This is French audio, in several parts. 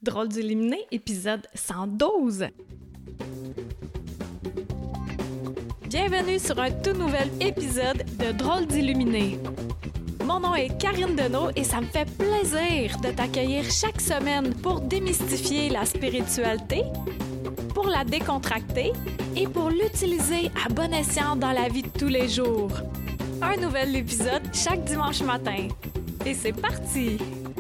Drôles d'Illuminés, épisode 112. Bienvenue sur un tout nouvel épisode de Drôles d'Illuminés. Mon nom est Karine Deneau et ça me fait plaisir de t'accueillir chaque semaine pour démystifier la spiritualité, pour la décontracter et pour l'utiliser à bon escient dans la vie de tous les jours. Un nouvel épisode chaque dimanche matin. Et c'est parti!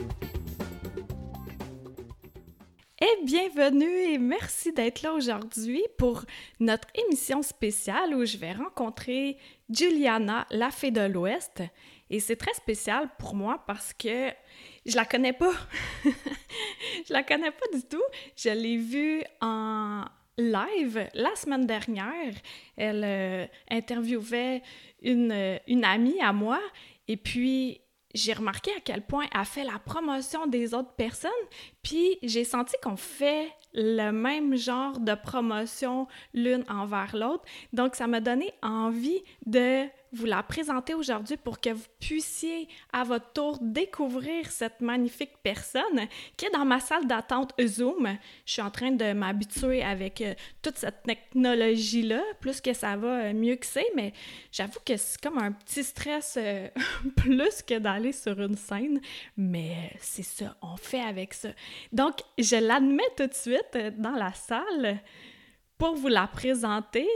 Et bienvenue et merci d'être là aujourd'hui pour notre émission spéciale où je vais rencontrer Juliana, la fée de l'Ouest. Et c'est très spécial pour moi parce que je la connais pas. Je la connais pas du tout. Je l'ai vue en live la semaine dernière. Elle interviewait une amie à moi et puis j'ai remarqué à quel point elle fait la promotion des autres personnes, puis j'ai senti qu'on fait le même genre de promotion l'une envers l'autre. Donc, ça m'a donné envie de vous la présenter aujourd'hui pour que vous puissiez, à votre tour, découvrir cette magnifique personne qui est dans ma salle d'attente Zoom. Je suis en train de m'habituer avec toute cette technologie-là, plus que ça va, mieux que c'est, mais j'avoue que c'est comme un petit stress plus que d'aller sur une scène, mais c'est ça, on fait avec ça. Donc, je l'admets tout de suite dans la salle pour vous la présenter.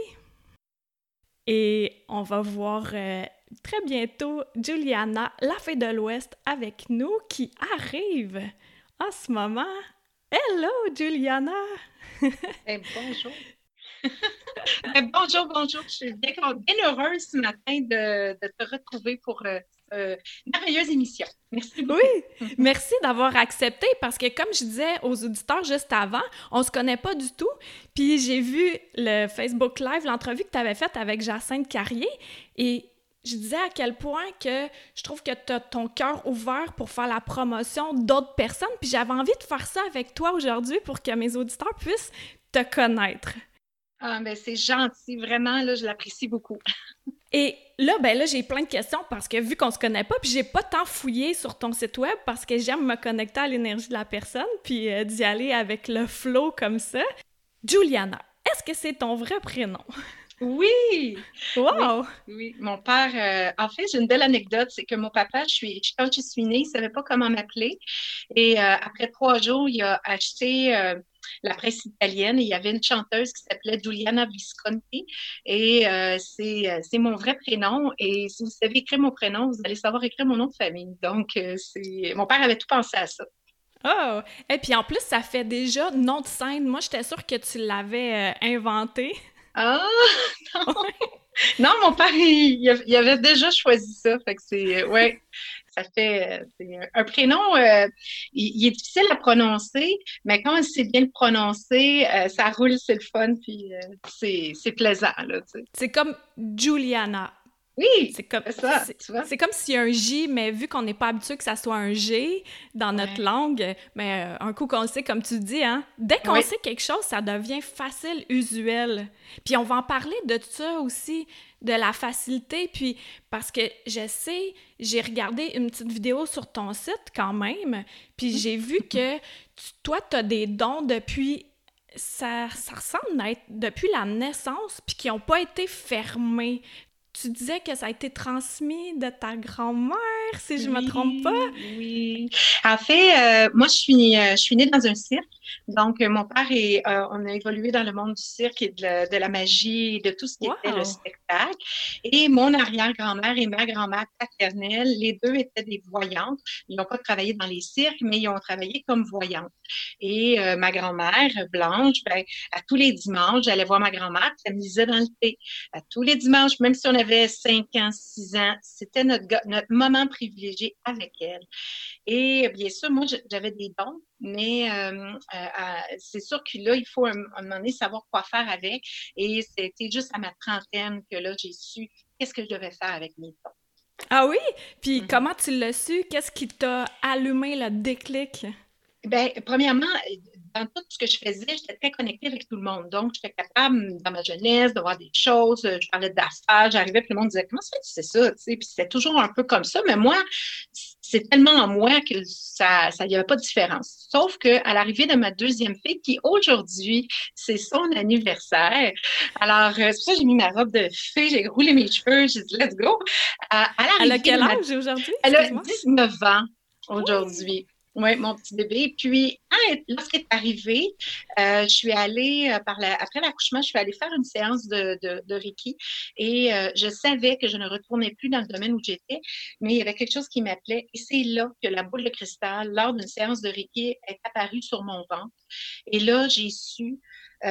Et on va voir très bientôt Juliana, la fée de l'Ouest, avec nous, qui arrive en ce moment. Hello, Juliana! Bonjour! Bonjour! Je suis bien heureuse ce matin de te retrouver pour une merveilleuse émission. Merci beaucoup. Oui, merci d'avoir accepté parce que comme je disais aux auditeurs juste avant, on se connaît pas du tout. Puis j'ai vu le Facebook Live, l'entrevue que tu avais faite avec Jacinthe Carrier et je disais à quel point que je trouve que tu as ton cœur ouvert pour faire la promotion d'autres personnes. Puis j'avais envie de faire ça avec toi aujourd'hui pour que mes auditeurs puissent te connaître. Ah, ben c'est gentil, vraiment, là, je l'apprécie beaucoup. Et là, j'ai plein de questions parce que vu qu'on se connaît pas, puis j'ai pas tant fouillé sur ton site web parce que j'aime me connecter à l'énergie de la personne puis d'y aller avec le flow comme ça. Juliana, est-ce que c'est ton vrai prénom? Oui! Wow! Oui. Mon père, en fait, j'ai une belle anecdote, c'est que mon papa, quand je suis née, il savait pas comment m'appeler. Et après 3 jours, il a acheté la presse italienne et il y avait une chanteuse qui s'appelait Giuliana Visconti. Et c'est mon vrai prénom. Et si vous savez écrire mon prénom, vous allez savoir écrire mon nom de famille. Donc, mon père avait tout pensé à ça. Oh! Et puis en plus, ça fait déjà nom de scène. Moi, j'étais sûre que tu l'avais inventé. Ah, non! Non, mon père, il avait déjà choisi ça. Fait que ouais, ça fait, c'est un prénom, il est difficile à prononcer, mais quand on sait bien le prononcer, ça roule, c'est le fun, puis c'est plaisant, là, tu sais. C'est comme Juliana. Oui, c'est comme ça, tu vois. C'est comme s'il y a un J, mais vu qu'on n'est pas habitué que ça soit un G dans notre langue, mais un coup qu'on le sait, comme tu dis, hein, dès qu'on sait quelque chose, ça devient facile, usuel. Puis on va en parler de ça aussi, de la facilité, puis parce que je sais, j'ai regardé une petite vidéo sur ton site quand même, puis j'ai vu que toi, tu as des dons depuis... Ça ressemble à être depuis la naissance, puis qui n'ont pas été fermés. Tu disais que ça a été transmis de ta grand-mère, si je me trompe pas. Oui. En fait, moi, je suis née dans un cirque. Donc, mon père on a évolué dans le monde du cirque et de la magie et de tout ce qui était le spectacle. Et mon arrière-grand-mère et ma grand-mère paternelle, les deux étaient des voyantes. Ils n'ont pas travaillé dans les cirques, mais ils ont travaillé comme voyantes. Et ma grand-mère, Blanche, à tous les dimanches, j'allais voir ma grand-mère, puis elle me lisait dans le thé. À tous les dimanches, même si on avait 5 ans, 6 ans, c'était notre moment privilégié avec elle. Et bien sûr, moi, j'avais des dons, mais c'est sûr que là, il faut un moment donné savoir quoi faire avec. Et c'était juste à ma trentaine que là, j'ai su qu'est-ce que je devais faire avec mes dons. Ah oui? Puis comment tu l'as su? Qu'est-ce qui t'a allumé le déclic? Bien, premièrement, dans tout ce que je faisais, j'étais très connectée avec tout le monde. Donc, j'étais capable, dans ma jeunesse, de voir des choses. Je parlais d'affaires, j'arrivais, puis le monde disait, comment ça fait que tu sais ça? Tu sais, puis c'était toujours un peu comme ça. Mais moi, c'est tellement en moi que ça y avait pas de différence. Sauf qu'à l'arrivée de ma deuxième fille, qui aujourd'hui, c'est son anniversaire. Alors, c'est pour ça que j'ai mis ma robe de fée, j'ai roulé mes cheveux, j'ai dit, let's go. Elle a quel âge aujourd'hui? Elle a Excuse-moi. 19 ans aujourd'hui. Oui. Oui, mon petit bébé. Puis, lorsqu'elle est arrivée, je suis allée, après l'accouchement, je suis allée faire une séance de Reiki et je savais que je ne retournais plus dans le domaine où j'étais, mais il y avait quelque chose qui m'appelait et c'est là que la boule de cristal, lors d'une séance de Reiki, est apparue sur mon ventre. Et là, j'ai su,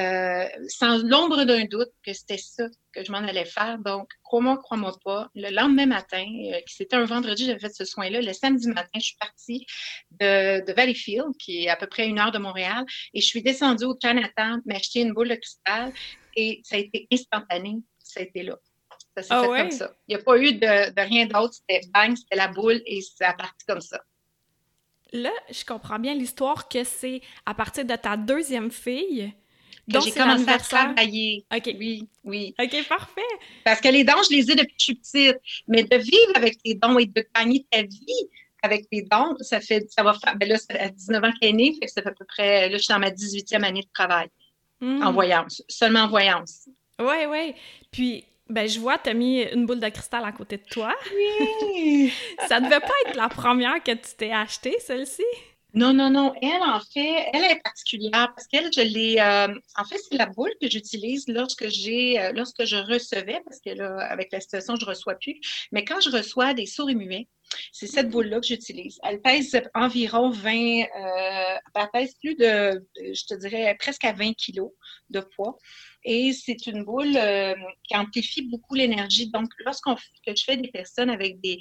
sans l'ombre d'un doute, que c'était ça que je m'en allais faire. Donc, crois-moi pas, le lendemain matin, c'était un vendredi, j'avais fait ce soin-là. Le samedi matin, je suis partie de Valleyfield, qui est à peu près 1 heure de Montréal, et je suis descendue au Chinatown, m'acheter une boule de cristal, et ça a été instantané, ça a été là. Ça s'est fait comme ça. Il n'y a pas eu de rien d'autre, c'était bang, c'était la boule, et ça a parti comme ça. Là, je comprends bien l'histoire que c'est à partir de ta deuxième fille que j'ai commencé à travailler. OK. Oui. OK, parfait. Parce que les dons, je les ai depuis que je suis petite. Mais de vivre avec tes dons et de gagner ta vie avec tes dons, ça va faire, ben là, c'est à 19 ans qu'elle est née, fait que ça fait à peu près, là, je suis dans ma 18e année de travail en voyance, seulement en voyance. Oui. Puis, ben, je vois, tu as mis une boule de cristal à côté de toi. Oui! Ça devait pas être la première que tu t'es achetée, celle-ci? Non. Elle, en fait, elle est particulière parce qu'elle, en fait, c'est la boule que j'utilise lorsque je recevais, parce que là, avec la situation, je ne reçois plus. Mais quand je reçois des sourds et muets, c'est cette boule-là que j'utilise. Elle pèse environ 20, elle pèse plus de, je te dirais, presque à 20 kilos de poids. Et c'est une boule qui amplifie beaucoup l'énergie. Donc, que je fais des personnes avec des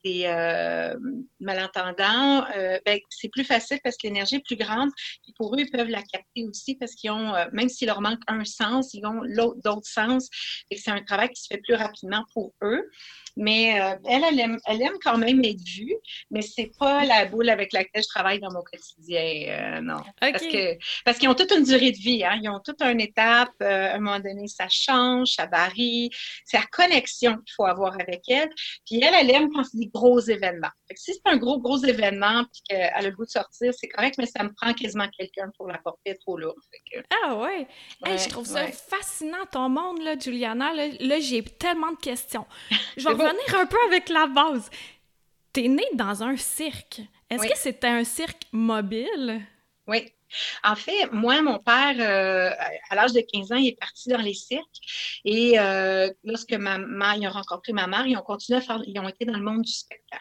malentendants, c'est plus facile parce que l'énergie est plus grande. Et pour eux, ils peuvent la capter aussi parce qu'ils ont, même s'il leur manque un sens, ils ont d'autres sens. Et c'est un travail qui se fait plus rapidement pour eux. Mais elle aime quand même être vue, mais c'est pas la boule avec laquelle je travaille dans mon quotidien, non. Okay. Parce qu'ils ont toute une durée de vie, hein. Ils ont toute une étape. À un moment donné, ça change, ça varie. C'est la connexion qu'il faut avoir avec elle. Puis elle aime quand c'est des gros événements. Fait que si c'est un gros événement puis qu'elle a le goût de sortir, c'est correct, mais ça me prend quasiment quelqu'un pour la porter trop lourd. Ah ouais? Hey, je trouve ça fascinant, ton monde, là, Juliana. Là, j'ai tellement de questions. Je vais revenir un peu avec la base. T'es née dans un cirque. Est-ce que c'était un cirque mobile? Oui. En fait, moi, mon père, à l'âge de 15 ans, il est parti dans les cirques. Et lorsque ils ont rencontré ma mère, ils ont été dans le monde du spectacle.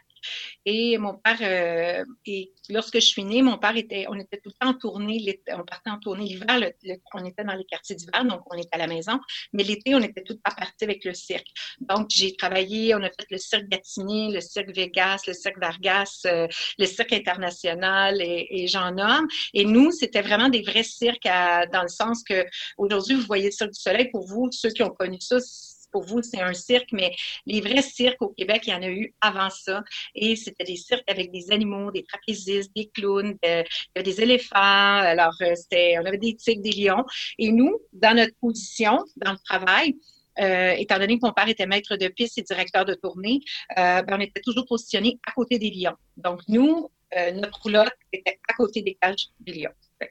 Et mon père, et lorsque je suis née, on était tout le temps en tournée, on partait en tournée l'hiver, on était dans les quartiers d'hiver, donc on était à la maison, mais l'été, on était tout le temps partis avec le cirque. Donc, j'ai travaillé, on a fait le cirque Gatineau, le cirque Vegas, le cirque Vargas, le cirque international et j'en nomme. Et nous, c'était vraiment des vrais cirques dans le sens que aujourd'hui, vous voyez le Cirque du Soleil, pour vous, ceux qui ont connu ça, pour vous, c'est un cirque, mais les vrais cirques au Québec, il y en a eu avant ça. Et c'était des cirques avec des animaux, des trapézistes, des clowns, il y avait des éléphants. Alors, on avait des tigres, des lions. Et nous, dans notre position, dans le travail, étant donné que mon père était maître de piste et directeur de tournée, on était toujours positionnés à côté des lions. Donc, nous, notre roulotte était à côté des cages des lions.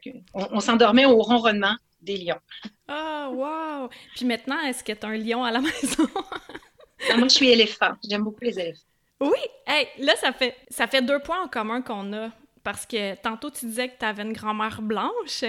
On s'endormait au ronronnement des lions. Ah, wow! Puis maintenant, est-ce que tu as un lion à la maison? Non, moi, je suis éléphant. J'aime beaucoup les éléphants. Oui! Hey, là, ça fait 2 points en commun qu'on a. Parce que tantôt, tu disais que tu avais une grand-mère blanche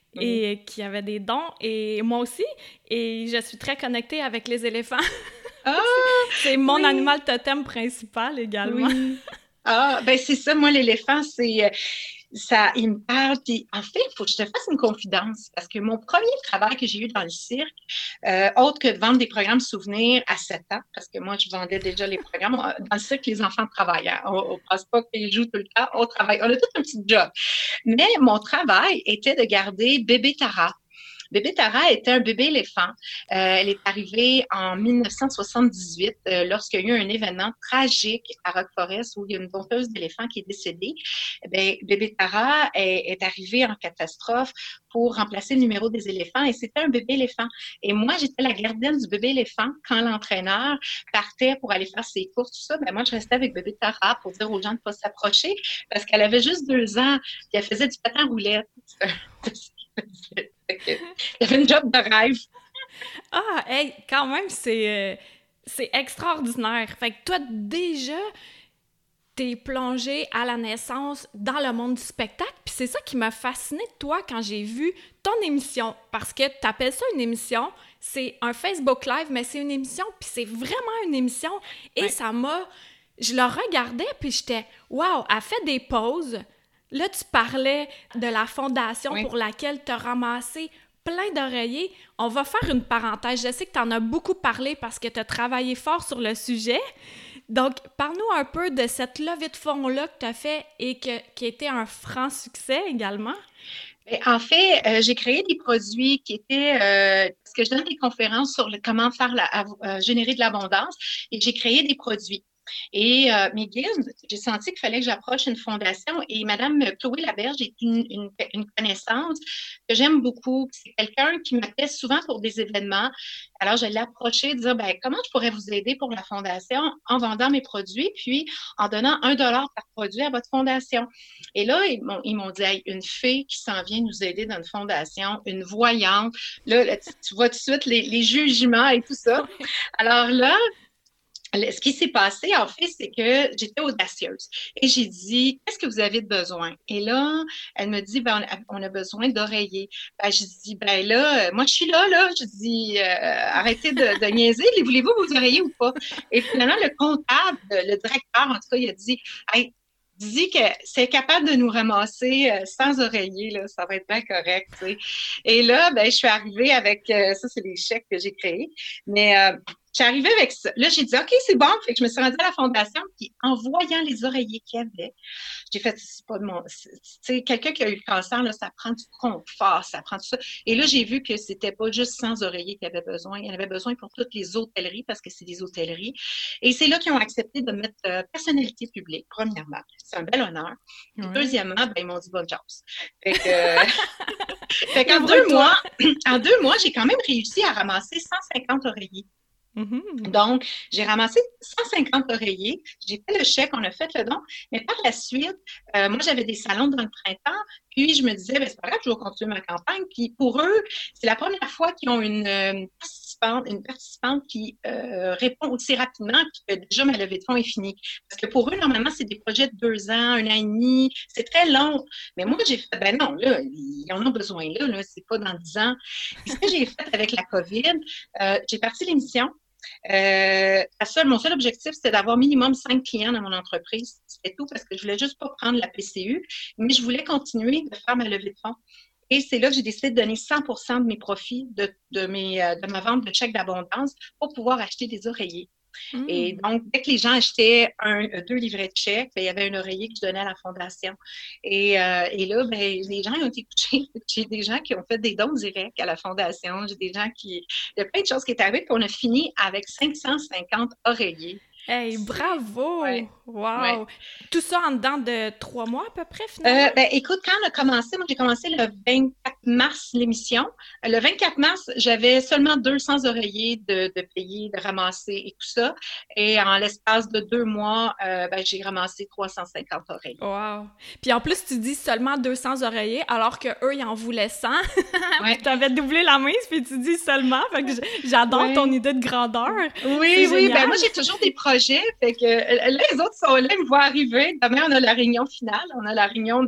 et qui avait des dons. Et moi aussi. Et je suis très connectée avec les éléphants. Ah! C'est mon animal totem principal également. Oui. Ah, ben c'est ça. Moi, l'éléphant, c'est... Ça, il me parle, puis en fait, il faut que je te fasse une confidence, parce que mon premier travail que j'ai eu dans le cirque, autre que de vendre des programmes souvenirs à 7 ans, parce que moi, je vendais déjà les programmes, dans le cirque, les enfants travaillent, hein. On ne pense pas qu'ils jouent tout le temps, on travaille, on a tout un petit job. Mais mon travail était de garder bébé Tara. Bébé Tara était un bébé éléphant. Elle est arrivée en 1978 lorsqu'il y a eu un événement tragique à Rock Forest où il y a une dompteuse d'éléphants qui est décédée. Eh bien, bébé Tara est arrivée en catastrophe pour remplacer le numéro des éléphants et c'était un bébé éléphant. Et moi, j'étais la gardienne du bébé éléphant quand l'entraîneur partait pour aller faire ses courses, tout ça. Ben moi, je restais avec bébé Tara pour dire aux gens de ne pas s'approcher parce qu'elle avait juste 2 ans puis elle faisait du patin roulette. Il y avait une job de rêve. Ah, hey, quand même, c'est extraordinaire. Fait que toi, déjà, t'es plongée à la naissance dans le monde du spectacle. Puis c'est ça qui m'a fascinée de toi quand j'ai vu ton émission. Parce que t'appelles ça une émission, c'est un Facebook Live, mais c'est une émission, puis c'est vraiment une émission. Et Ouais. ça m'a... Je le regardais, puis j'étais « Wow! » Elle fait des pauses. Là, tu parlais de la fondation Oui. pour laquelle tu as ramassé plein d'oreillers. On va faire une parenthèse. Je sais que tu en as beaucoup parlé parce que tu as travaillé fort sur le sujet. Donc, parle-nous un peu de cette levée de fonds-là que tu as fait et qui a été un franc succès également. En fait, j'ai créé des produits qui étaient parce que je donne des conférences sur comment faire générer de l'abondance et j'ai créé des produits. Et mes guides, j'ai senti qu'il fallait que j'approche une fondation et Madame Chloé Laberge est une connaissance que j'aime beaucoup. C'est quelqu'un qui m'appelle souvent pour des événements. Alors, je l'ai approché, dire ben, comment je pourrais vous aider pour la fondation en vendant mes produits, puis en donnant $1 par produit à votre fondation. Et là, ils m'ont dit hey, une fille qui s'en vient nous aider dans une fondation, une voyante. Là tu vois tout de suite les jugements et tout ça. Alors là, ce qui s'est passé, en fait, c'est que j'étais audacieuse. Et j'ai dit, qu'est-ce que vous avez de besoin? Et là, elle me dit, ben, on a besoin d'oreillers. Ben, je dis, ben là, moi, je suis là. Je dis, arrêtez de niaiser. Voulez-vous vos oreillers ou pas? Et finalement, le comptable, le directeur, en tout cas, il a dit, hey, dis que c'est capable de nous ramasser sans oreiller, là, ça va être bien correct. Tu sais. Et là, ben, je suis arrivée avec, ça, c'est les chèques que j'ai créés, mais je suis arrivée avec ça. Là, j'ai dit, OK, c'est bon. Fait que je me suis rendue à la fondation, puis en voyant les oreillers qu'il y avait, j'ai fait, c'est pas de mon. Tu sais, quelqu'un qui a eu le cancer, là, ça prend du confort, ça prend tout ça. Et là, j'ai vu que c'était pas juste 100 oreillers qu'il avait besoin. Il y en avait besoin pour toutes les hôtelleries, parce que c'est des hôtelleries. Et c'est là qu'ils ont accepté de mettre personnalité publique, premièrement. C'est un bel honneur. Puis, deuxièmement, ben, ils m'ont dit bonne chance. Fait que, fait qu'en 2 mois, j'ai quand même réussi à ramasser 150 oreillers. Mm-hmm. Donc, j'ai ramassé 150 oreillers, j'ai fait le chèque, on a fait le don, mais par la suite, moi, j'avais des salons dans le printemps, puis je me disais, ben, c'est pas grave, je vais continuer ma campagne. Puis pour eux, c'est la première fois qu'ils ont une participante qui répond aussi rapidement, puis que déjà ma levée de fonds est finie. Parce que pour eux, normalement, c'est des projets de 2 ans, 1 an et demi, c'est très long. Mais moi, j'ai fait, ben non, là, ils en ont besoin là, c'est pas dans 10 ans. Et ce que j'ai fait avec la COVID, j'ai parti l'émission. Mon seul objectif, c'était d'avoir minimum 5 clients dans mon entreprise. C'était tout parce que je voulais juste pas prendre la PCU, mais je voulais continuer de faire ma levée de fonds. Et c'est là que j'ai décidé de donner 100% de mes profits de ma vente de chèques d'abondance pour pouvoir acheter des oreillers. Et donc, dès que les gens achetaient 2 livrets de chèques, ben, il y avait un oreiller que je donnais à la fondation. Et là, ben, les gens ont été touchés. J'ai des gens qui ont fait des dons directs à la fondation. J'ai des gens qui... Il y a plein de choses qui est arrivé, puis on a fini avec 550 oreillers. Hey, bravo! Ouais. Wow! Ouais. Tout ça en dedans de 3 mois à peu près, finalement? Ben, écoute, quand on a commencé, moi, j'ai commencé le 24 mars l'émission. Le 24 mars, j'avais seulement 200 oreillers de payer, de ramasser et tout ça. Et en l'espace de 2 mois, ben, j'ai ramassé 350 oreillers. Wow! Puis en plus, tu dis seulement 200 oreillers, alors qu'eux, ils en voulaient 100. Ouais. Tu avais doublé la mise, puis tu dis seulement. Fait que j'adore ton idée de grandeur. Oui. Ben, moi, j'ai toujours des projets. Fait que là, les autres sont là, ils me voient arriver. Demain, on a la réunion finale. On a la réunion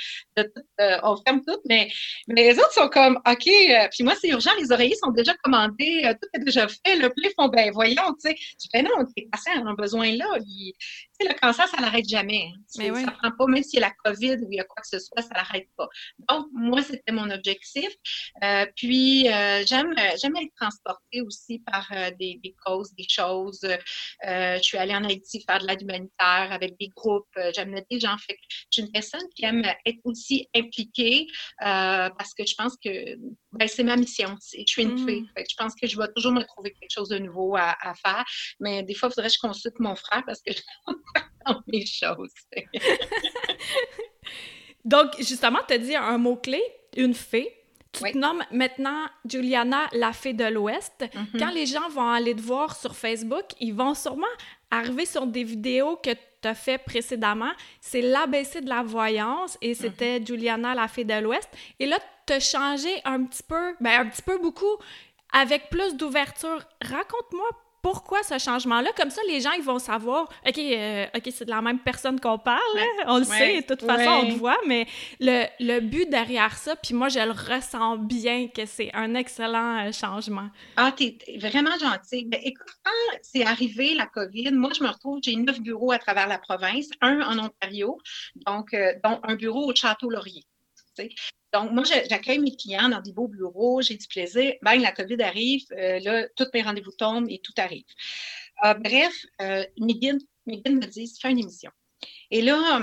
on ferme tout. Mais les autres sont comme, OK. Puis moi, c'est urgent. Les oreillers sont déjà commandés. Tout est déjà fait. Là, puis ils font, ben, voyons, tu sais. Je fais, non, les patients en ont besoin là. sais, le cancer, ça n'arrête jamais. Hein. Mais oui. Ça prend pas, même s'il y a la COVID ou il y a quoi que ce soit, ça n'arrête pas. Donc, moi, c'était mon objectif. Puis, j'aime être transportée aussi par des causes, des choses. Je suis allée en Haïti faire de l'aide humanitaire avec des groupes. J'amenais des gens. Fait que je suis une personne qui aime être aussi impliquée parce que je pense que c'est ma mission. Je suis une fille. Fait que je pense que je vais toujours me trouver quelque chose de nouveau à faire. Mais des fois, il faudrait que je consulte mon frère parce que je ne comprends pas dans mes choses. Donc, justement, tu as dit un mot-clé, une fée. Tu Oui. te nommes maintenant Juliana, la fée de l'Ouest. Mm-hmm. Quand les gens vont aller te voir sur Facebook, ils vont sûrement arriver sur des vidéos que tu as fait précédemment. C'est l'ABC de la voyance et c'était Juliana, la fée de l'Ouest. Et là, tu as changé un petit peu beaucoup, avec plus d'ouverture. Raconte-moi pourquoi ce changement-là? Comme ça, les gens, ils vont savoir, OK, c'est de la même personne qu'on parle, hein? On le sait, de toute façon, on te voit, mais le but derrière ça, puis moi, je le ressens bien que c'est un excellent changement. Ah, t'es vraiment gentil. Ben, écoute, quand c'est arrivé, la COVID, moi, je me retrouve, j'ai 9 bureaux à travers la province, un en Ontario, donc, dont un bureau au Château-Laurier. T'sais. Donc, moi, j'accueille mes clients dans des beaux bureaux, j'ai du plaisir. Ben, la COVID arrive, là, tous mes rendez-vous tombent et tout arrive. Bref, mes guides me disent, fais une émission. Et là,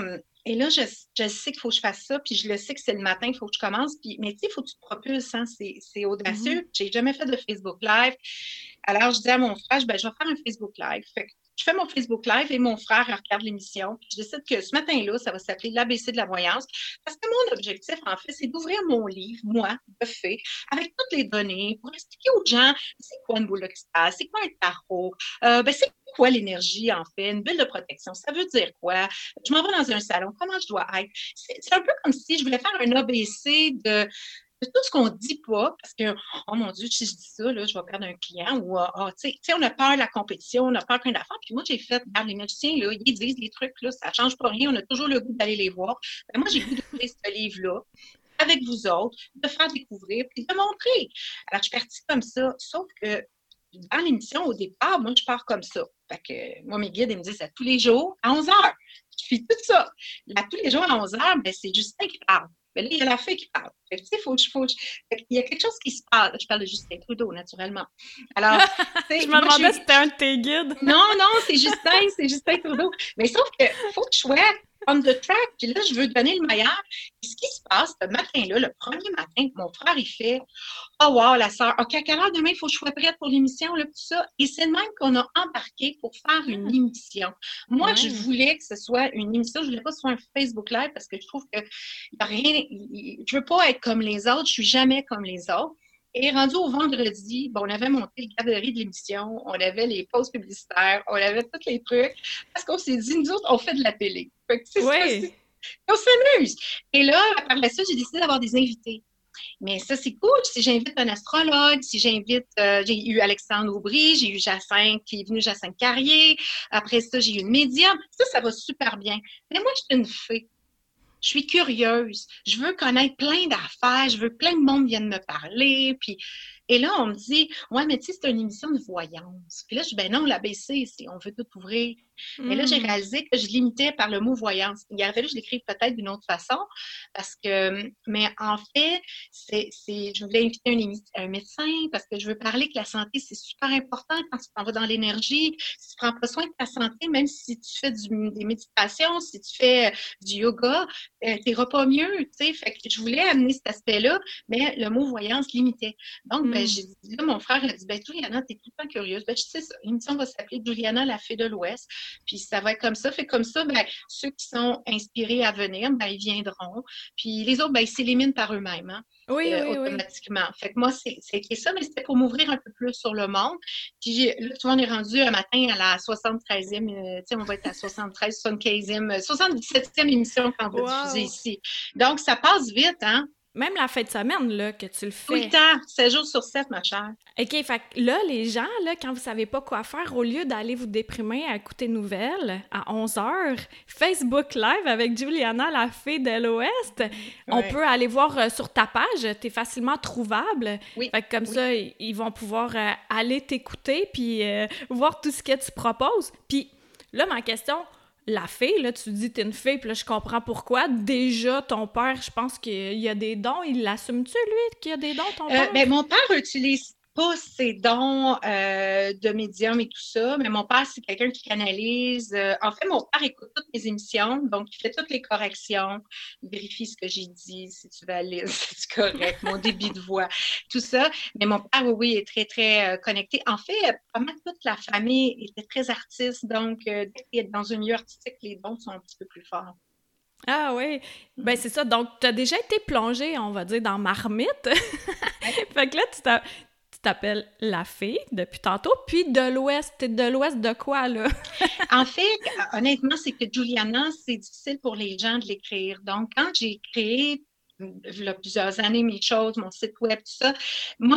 je sais qu'il faut que je fasse ça, puis je le sais que c'est le matin, il faut que je commence. Puis, mais tu sais, il faut que tu te propulses, hein, c'est audacieux. Mm-hmm. J'ai jamais fait de Facebook Live. Alors, je dis à mon frère, je vais faire un Facebook Live. Fait que je fais mon Facebook Live et mon frère regarde l'émission. Puis je décide que ce matin-là, ça va s'appeler l'ABC de la voyance. Parce que mon objectif, en fait, c'est d'ouvrir mon livre, moi, de fée, avec toutes les données, pour expliquer aux gens c'est quoi une boule de cristal, c'est quoi un tarot, c'est quoi l'énergie, en fait, une bulle de protection, ça veut dire quoi? Je m'en vais dans un salon, comment je dois être? C'est un peu comme si je voulais faire un ABC de tout ce qu'on ne dit pas, parce que, oh mon Dieu, si je dis ça, là, je vais perdre un client, ou, tu sais, on a peur de la compétition, on a peur qu'un affaire. Puis moi, j'ai fait, regarde, les magiciens, là, ils disent les trucs, là, ça ne change pas rien, on a toujours le goût d'aller les voir. Ben, moi, j'ai le goût d'ouvrir ce livre-là avec vous autres, de faire découvrir, puis de montrer. Alors, je suis partie comme ça, sauf que dans l'émission, au départ, moi, je pars comme ça. Fait que, moi, mes guides, ils me disent, à tous les jours, à 11 heures. Je fais tout ça. À tous les jours, à 11 heures, ben, c'est Justin qui parle. Mais là, il y a la fée qui parle. Fait que, tu sais, il y a quelque chose qui se passe. Je parle de Justin Trudeau, naturellement. Alors, je me demandais si c'était un de tes guides. Non, c'est Justin Trudeau. Mais sauf qu'il faut que je sois on the track, puis là, je veux donner le meilleur. Et ce qui se passe, ce matin-là, le premier matin, mon frère, il fait « Oh wow, la sœur, OK, à quelle heure demain, il faut que je sois prête pour l'émission, là, tout ça. » Et c'est le même qu'on a embarqué pour faire une émission. Moi, je voulais que ce soit une émission, je voulais pas que ce soit un Facebook Live parce que je trouve que y a rien, je veux pas être comme les autres, je suis jamais comme les autres. Et rendu au vendredi, on avait monté le gabarit de l'émission, on avait les pauses publicitaires, on avait tous les trucs, parce qu'on s'est dit, nous autres, on fait de la télé. Fait que, on s'amuse. Et là, par la suite, j'ai décidé d'avoir des invités. Mais ça, c'est cool. Si j'invite un astrologue, si j'invite, j'ai eu Alexandre Aubry, j'ai eu Jacinthe qui est venu, Jacinthe Carrier. Après ça, j'ai eu une médium. Ça va super bien. Mais moi, je suis une fée. Je suis curieuse. Je veux connaître plein d'affaires. Je veux que plein de monde vienne me parler. Puis, et là, on me dit, ouais, mais tu sais, c'est une émission de voyance. Puis là, je dis, ben non, l'ABC, on veut tout ouvrir. Et là, j'ai réalisé que je limitais par le mot voyance. Il aurait fallu que je l'écrive peut-être d'une autre façon, parce que, mais en fait, je voulais inviter un médecin parce que je veux parler que la santé, c'est super important quand tu t'en vas dans l'énergie. Si tu ne prends pas soin de ta santé, même si tu fais des méditations, si tu fais du yoga, tu n'iras pas mieux, tu sais. Fait que je voulais amener cet aspect-là, mais le mot voyance limitait. Donc, ben, j'ai dit, là, mon frère a dit, ben, Juliana, tu es tout le temps curieuse. Ben, je sais ça, l'émission va s'appeler Juliana, la fée de l'Ouest. Puis ça va être comme ça. Fait comme ça, ben, ceux qui sont inspirés à venir, ben, ils viendront. Puis les autres, ben, ils s'éliminent par eux-mêmes, hein, automatiquement. Oui. Fait que moi, c'est ça, mais c'était pour m'ouvrir un peu plus sur le monde. Puis là, tu vois, on est rendu un matin à la 73e, tu sais, on va être à 73, 75e, 77e émission qu'on va diffuser ici. Donc, ça passe vite, hein? Même la fin de semaine, là, que tu le fais. Tout le temps, 7 jours sur 7, ma chère. OK, fait que là, les gens, là, quand vous savez pas quoi faire, au lieu d'aller vous déprimer à écouter nouvelles à 11h, Facebook Live avec Juliana, la fée de l'Ouest, on peut aller voir sur ta page, t'es facilement trouvable. Oui. Fait que comme ça, ils vont pouvoir aller t'écouter puis voir tout ce que tu proposes. Puis là, ma question... la fée, là, tu dis t'es une fée, puis là, je comprends pourquoi. Déjà, ton père, je pense qu'il y a des dons. Il l'assume-tu, lui, qu'il y a des dons, ton père? Mon père utilise pas ses dons de médium et tout ça, mais mon père, c'est quelqu'un qui canalise. En fait, mon père écoute toutes mes émissions, donc il fait toutes les corrections, il vérifie ce que j'ai dit, si tu valides, si c'est correct, mon débit de voix, tout ça. Mais mon père, oui, est très, très connecté. En fait, pas mal toute la famille était très artiste, donc dès qu'il est dans un milieu artistique, les dons sont un petit peu plus forts. Ah oui, ben c'est ça. Donc, tu as déjà été plongée, on va dire, dans Marmite. Fait que là, tu t'appelles la fée depuis tantôt, puis de l'Ouest. T'es de l'Ouest de quoi, là? En fait, honnêtement, c'est que Juliana, c'est difficile pour les gens de l'écrire. Donc, quand j'ai créé il y a plusieurs années, mes choses, mon site web, tout ça. Moi,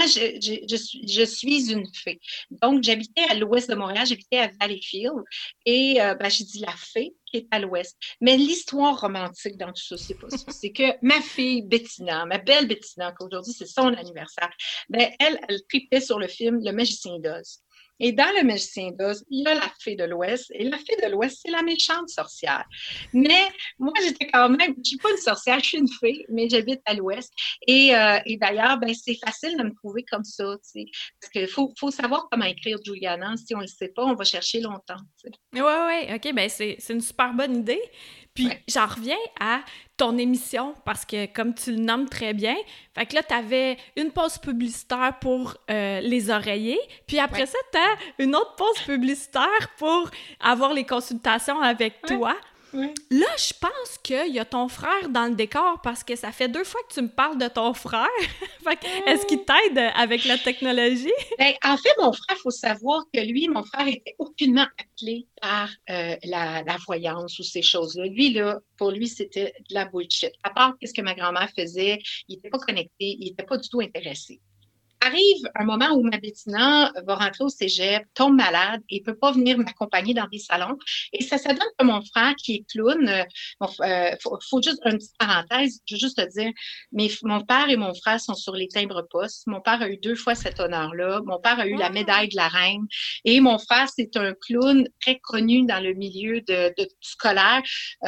je suis une fée. Donc, j'habitais à l'ouest de Montréal, j'habitais à Valleyfield et j'ai dit la fée qui est à l'ouest. Mais l'histoire romantique dans tout ça, c'est pas ça. C'est que ma fille Bettina, ma belle Bettina, qu'aujourd'hui c'est son anniversaire, elle tripait sur le film Le Magicien d'Oz. Et dans Le Magicien d'Oz, il y a la fée de l'Ouest. Et la fée de l'Ouest, c'est la méchante sorcière. Mais moi, j'étais quand même, je suis pas une sorcière, je suis une fée, mais j'habite à l'Ouest. Et d'ailleurs, c'est facile de me trouver comme ça, tu sais. Parce qu'il faut savoir comment écrire Juliana. Si on le sait pas, on va chercher longtemps, tu sais. Ouais, OK, ben c'est une super bonne idée. Puis j'en reviens à ton émission, parce que comme tu le nommes très bien, fait que là, t'avais une pause publicitaire pour les oreillers, puis après ça, t'as une autre pause publicitaire pour avoir les consultations avec toi. Ouais. Là, je pense qu'il y a ton frère dans le décor, parce que ça fait 2 fois que tu me parles de ton frère. Fait que, est-ce qu'il t'aide avec la technologie? En fait, mon frère, il faut savoir que lui, mon frère était aucunement appelé par la voyance ou ces choses-là. Lui, là, pour lui, c'était de la bullshit. À part ce que ma grand-mère faisait, il n'était pas connecté, il n'était pas du tout intéressé. Arrive un moment où ma Bettina va rentrer au cégep, tombe malade et ne peut pas venir m'accompagner dans des salons. Et ça donne que mon frère, qui est clown, faut juste une petite parenthèse, je veux juste te dire, mon père et mon frère sont sur les timbres-poste. Mon père a eu 2 fois cet honneur-là. Mon père a eu la médaille de la reine. Et mon frère, c'est un clown très connu dans le milieu de scolaire.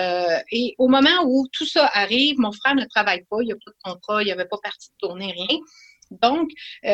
Et au moment où tout ça arrive, mon frère ne travaille pas, il n'y a pas de contrat, il n'y avait pas parti de tournée, rien. Donc,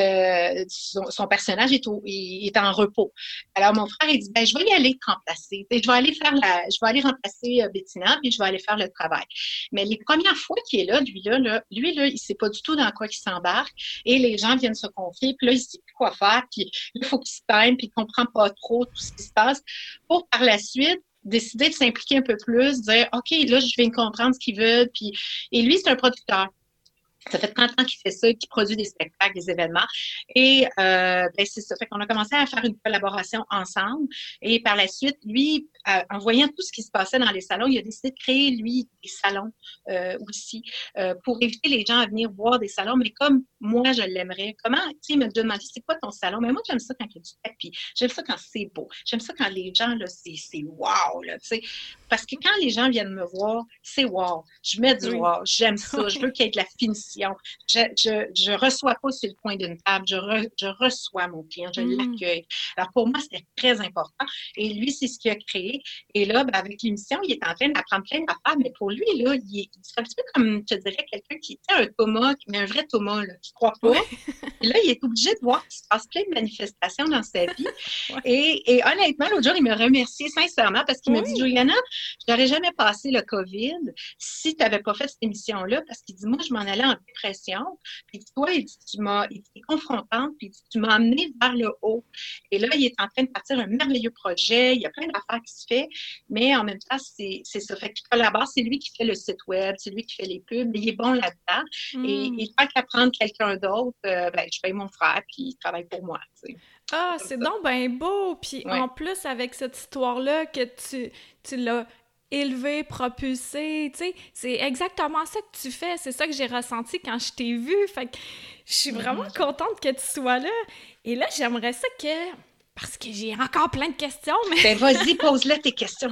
son personnage est en repos. Alors, mon frère, il dit, je vais y aller te remplacer. Je vais aller remplacer Bettina, puis je vais aller faire le travail. Mais les premières fois qu'il est là, lui, il ne sait pas du tout dans quoi il s'embarque. Et les gens viennent se confier, puis là, il ne sait plus quoi faire, puis il faut qu'il se peigne, puis il ne comprend pas trop tout ce qui se passe. Pour, par la suite, décider de s'impliquer un peu plus, dire, OK, là, je viens de comprendre ce qu'ils veulent. Et lui, c'est un producteur. Ça fait 30 ans qu'il fait ça, qu'il produit des spectacles, des événements. Et c'est ça. Fait qu'on a commencé à faire une collaboration ensemble. Et par la suite, lui, en voyant tout ce qui se passait dans les salons, il a décidé de créer, lui, des salons aussi pour inviter les gens à venir voir des salons, mais comme moi, je l'aimerais. Comment, tu sais, il me demandait, c'est quoi ton salon? Mais moi, j'aime ça quand il y a du tapis. J'aime ça quand c'est beau. J'aime ça quand les gens, là, c'est wow, là, tu sais. Parce que quand les gens viennent me voir, c'est wow. Je mets du wow. J'aime ça. Je veux qu'il y ait de la finition. Je reçois pas sur le coin d'une table. Je reçois mon client. Je l'accueille. Alors, pour moi, c'était très important. Et lui, c'est ce qu'il a créé. Et là, avec l'émission, il est en train d'apprendre plein d'affaires. Mais pour lui, là, c'est un petit peu comme, je te dirais, quelqu'un qui était un Thomas, mais un vrai Thomas, là, qui ne croit pas. Et là, il est obligé de voir qu'il se passe plein de manifestations dans sa vie. Et honnêtement, l'autre jour, il me remercié sincèrement parce qu'il m'a dit, Juliana, je n'aurais jamais passé le COVID si tu n'avais pas fait cette émission-là, parce qu'il dit, moi, je m'en allais en dépression, puis toi, il dit, il est confrontante, puis tu m'as amené vers le haut. Et là, il est en train de partir un merveilleux projet, il y a plein d'affaires qui se fait, mais en même temps, c'est ça. Fait qu'il collabore, c'est lui qui fait le site web, c'est lui qui fait les pubs, il est bon là-dedans. Et tant qu'à prendre quelqu'un d'autre, je paye mon frère, puis il travaille pour moi, tu sais. Ah, c'est donc bien beau! Puis en plus, avec cette histoire-là que tu l'as élevé, propulsé, tu sais, c'est exactement ça que tu fais. C'est ça que j'ai ressenti quand je t'ai vue. Fait que je suis vraiment contente que tu sois là. Et là, j'aimerais ça que... Parce que j'ai encore plein de questions, mais... vas-y, pose-le tes questions,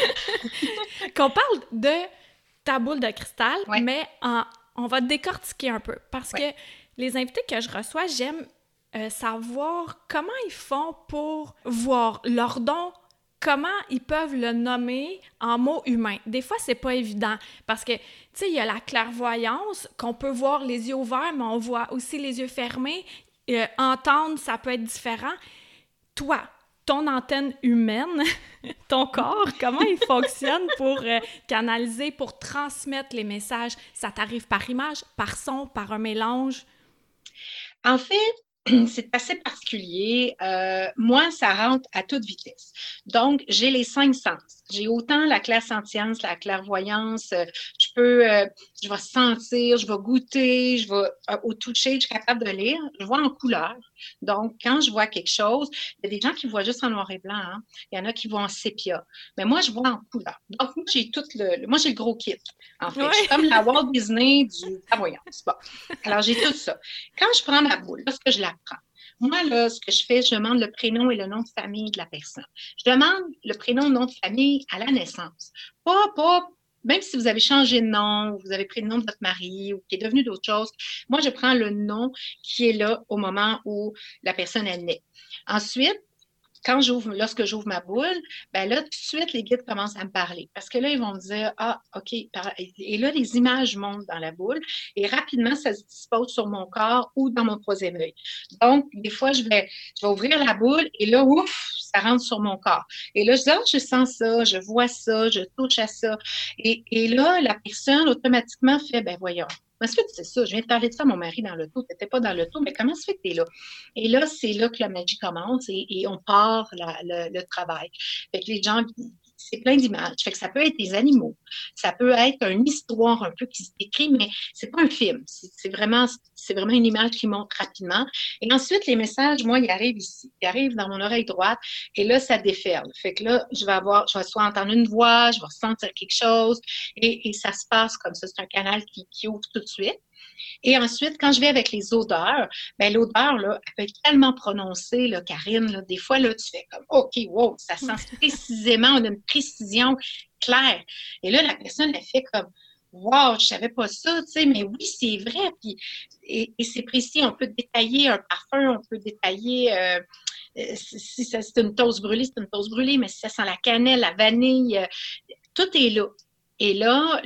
Qu'on parle de ta boule de cristal, mais on va décortiquer un peu. Parce que les invités que je reçois, j'aime savoir comment ils font pour voir leurs dons comment ils peuvent le nommer en mots humains. Des fois, c'est pas évident parce que, tu sais, il y a la clairvoyance qu'on peut voir les yeux ouverts, mais on voit aussi les yeux fermés. Entendre, ça peut être différent. Toi, ton antenne humaine, ton corps, comment il fonctionne pour canaliser, pour transmettre les messages? Ça t'arrive par image, par son, par un mélange? En fait, c'est assez particulier. Moi, ça rentre à toute vitesse. Donc, j'ai les 5 sens. J'ai autant la clairsentience, la clairvoyance. Je vais sentir, je vais goûter, au toucher, je suis capable de lire. Je vois en couleur. Donc, quand je vois quelque chose, il y a des gens qui voient juste en noir et blanc. Hein. Il y en a qui voient en sépia. Mais moi, je vois en couleur. Donc, moi, j'ai moi, j'ai le gros kit. En fait, je suis comme la Walt Disney de la voyance. Bon. Alors, j'ai tout ça. Quand je prends ma boule, lorsque je la prends, moi, là, ce que je fais, je demande le prénom et le nom de famille de la personne. Je demande le prénom et le nom de famille à la naissance. Même si vous avez changé de nom, ou vous avez pris le nom de votre mari, ou qui est devenu d'autre chose, moi, je prends le nom qui est là au moment où la personne est née. Ensuite, lorsque j'ouvre ma boule, ben là, tout de suite, les guides commencent à me parler. Parce que là, ils vont me dire, ah, OK. Et là, les images montent dans la boule et rapidement, ça se dispose sur mon corps ou dans mon troisième œil. Donc, des fois, je vais ouvrir la boule et là, ouf, ça rentre sur mon corps. Et là, je dis, ah, je sens ça, je vois ça, je touche à ça. Et là, la personne, automatiquement, fait, ben voyons. Est-ce que tu sais ça? Je viens de parler de ça à mon mari dans l'auto. Tu n'étais pas dans l'auto, mais comment ça fait que tu es là? Et là, c'est là que la magie commence et on part le travail. Fait que les gens, c'est plein d'images. Fait que ça peut être des animaux. Ça peut être une histoire un peu qui se décrit, mais c'est pas un film. C'est vraiment une image qui monte rapidement. Et ensuite, les messages, moi, ils arrivent ici. Ils arrivent dans mon oreille droite et là, ça déferle. Fait que là, je vais soit entendre une voix, je vais ressentir quelque chose et ça se passe comme ça. C'est un canal qui ouvre tout de suite. Et ensuite, quand je vais avec les odeurs, ben l'odeur, là, elle peut être tellement prononcée, là, Karine, là, des fois, là, tu fais comme, OK, wow, ça sent précisément, on a une précision claire. Et là, la personne, elle fait comme, wow, je savais pas ça, tu sais, mais oui, c'est vrai. Puis, et c'est précis, on peut détailler un parfum, on peut détailler, si c'est une toast brûlée, c'est une toast brûlée, mais si ça sent la cannelle, la vanille, tout est là. Et là,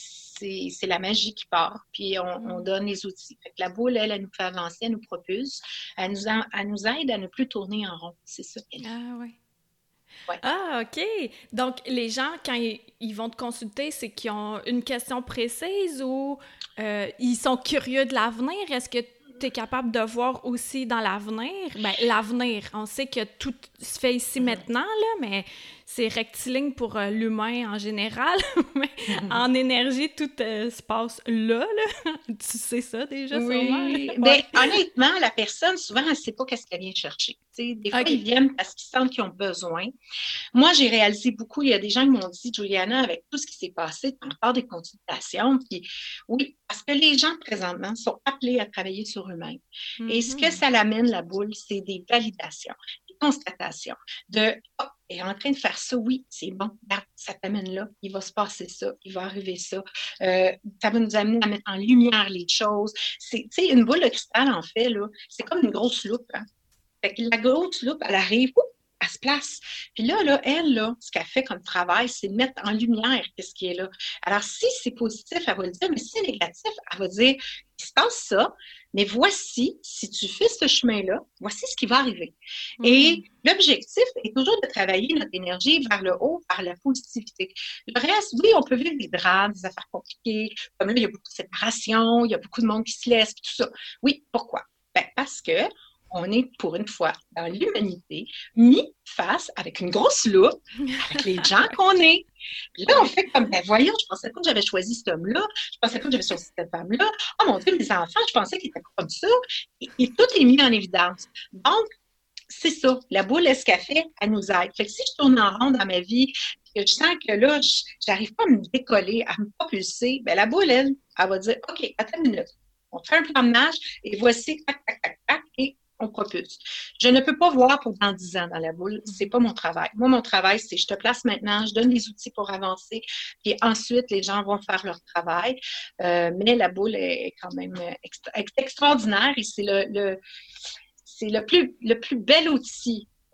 c'est la magie qui part, puis on donne les outils. Fait que la boule, elle nous fait avancer, elle nous propulse, elle nous aide à ne plus tourner en rond. C'est ça qu'elle fait. Ah, oui. Ouais. Ah, OK. Donc, les gens, quand ils vont te consulter, c'est qu'ils ont une question précise ou ils sont curieux de l'avenir? Est-ce que tu es capable de voir aussi dans l'avenir? Bien, l'avenir, on sait que tout se fait ici maintenant, là, mais c'est rectiligne pour l'humain en général. Mais en énergie, tout se passe là, là. Tu sais ça déjà, sûrement? Oui, mais honnêtement, la personne, souvent, elle ne sait pas qu'est-ce qu'elle vient chercher. Tu sais, des fois, ils viennent parce qu'ils sentent qu'ils ont besoin. Moi, j'ai réalisé beaucoup, il y a des gens qui m'ont dit, Juliana, avec tout ce qui s'est passé, tu as encore des consultations. Puis, oui, parce que les gens, présentement, sont appelés à travailler sur eux-mêmes. Et ce que ça l'amène, la boule, c'est des validations, des constatations de, oh, elle est en train de faire ça, oui, c'est bon, regarde, ça t'amène là, il va se passer ça, il va arriver ça. Ça va nous amener à mettre en lumière les choses. Tu sais, une boule de cristal, en fait, là, c'est comme une grosse loupe. Hein? Fait que la grosse loupe, elle arrive, elle se place. Puis là, elle, là, ce qu'elle fait comme travail, c'est de mettre en lumière ce qui est là. Alors, si c'est positif, elle va le dire, mais si c'est négatif, elle va dire, il se passe ça, mais voici, si tu fais ce chemin-là, voici ce qui va arriver. Et l'objectif est toujours de travailler notre énergie vers le haut, vers la positivité. Le reste, oui, on peut vivre des drames, des affaires compliquées, comme là, il y a beaucoup de séparation, il y a beaucoup de monde qui se laisse, tout ça. Oui, pourquoi? Ben, parce que on est, pour une fois, dans l'humanité, mis face avec une grosse loupe, avec les gens qu'on est. Puis là, on fait comme, ben voyons, je pensais pas que j'avais choisi cet homme-là, je pensais pas que j'avais choisi cette femme-là. Oh mon Dieu, mes enfants, je pensais qu'ils étaient comme ça. Et tout est mis en évidence. Donc, c'est ça. La boule, ce qu'elle fait, elle nous aide. Fait que si je tourne en rond dans ma vie, que je sens que là, j'arrive pas à me décoller, à me propulser, ben la boule, elle va dire, OK, attends une minute. On fait un plan de match et voici, tac, tac, tac, tac, et on propulse. Je ne peux pas voir pour dans 10 ans dans la boule. C'est pas mon travail. Moi, mon travail, c'est je te place maintenant, je donne des outils pour avancer, puis ensuite, les gens vont faire leur travail. Mais la boule est quand même extraordinaire et c'est le plus bel outil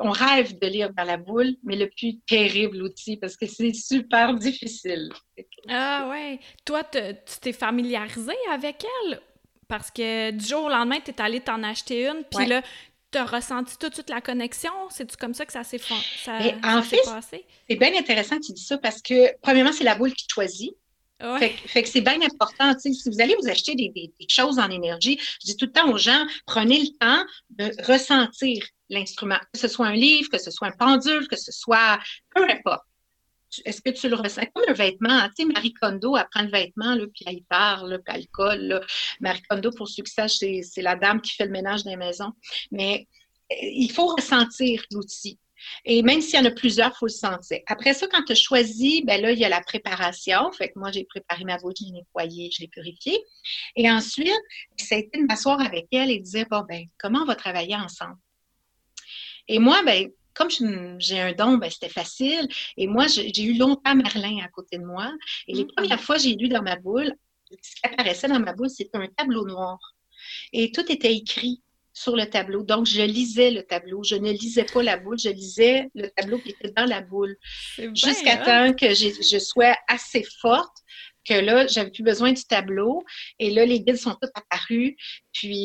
on rêve de lire dans la boule, mais le plus terrible outil parce que c'est super difficile. Ah ouais. Toi, tu t'es familiarisé avec elle? Parce que du jour au lendemain, tu es allé t'en acheter une, puis Ouais. là, tu as ressenti tout de suite la connexion? C'est-tu comme ça que ça s'est Mais en s'est fait, passé? c'est bien intéressant que tu dis ça parce que, premièrement, c'est la boule qui choisit. Ouais. Fait que c'est bien important. Tu sais, si vous allez vous acheter des choses en énergie, je dis tout le temps aux gens, prenez le temps de ressentir l'instrument. Que ce soit un livre, que ce soit un pendule, que ce soit peu importe. Est-ce que tu le ressens comme un vêtement? Tu sais, Marie Kondo, elle prend le vêtement, là, puis elle y parle, là, puis elle colle. Là. Marie Kondo, pour ceux qui sachent, c'est la dame qui fait le ménage dans les maisons. Mais il faut ressentir l'outil. Et même s'il y en a plusieurs, il faut le sentir. Après ça, quand tu as choisi, ben là, il y a la préparation. Fait que moi, j'ai préparé ma boule, je l'ai nettoyée, je l'ai purifiée. Et ensuite, ça a été de m'asseoir avec elle et de dire, bon, ben, comment on va travailler ensemble? Et moi, ben, comme j'ai un don, ben, c'était facile. Et moi, j'ai eu longtemps Merlin à côté de moi. Et les premières fois que j'ai lu dans ma boule, ce qui apparaissait dans ma boule, c'était un tableau noir. Et tout était écrit sur le tableau. Donc, je lisais le tableau. Je ne lisais pas la boule, je lisais le tableau qui était dans la boule. C'est Jusqu'à bien temps hot! que je sois assez forte que là, j'avais plus besoin du tableau. Et là, les guides sont tous apparus. Puis,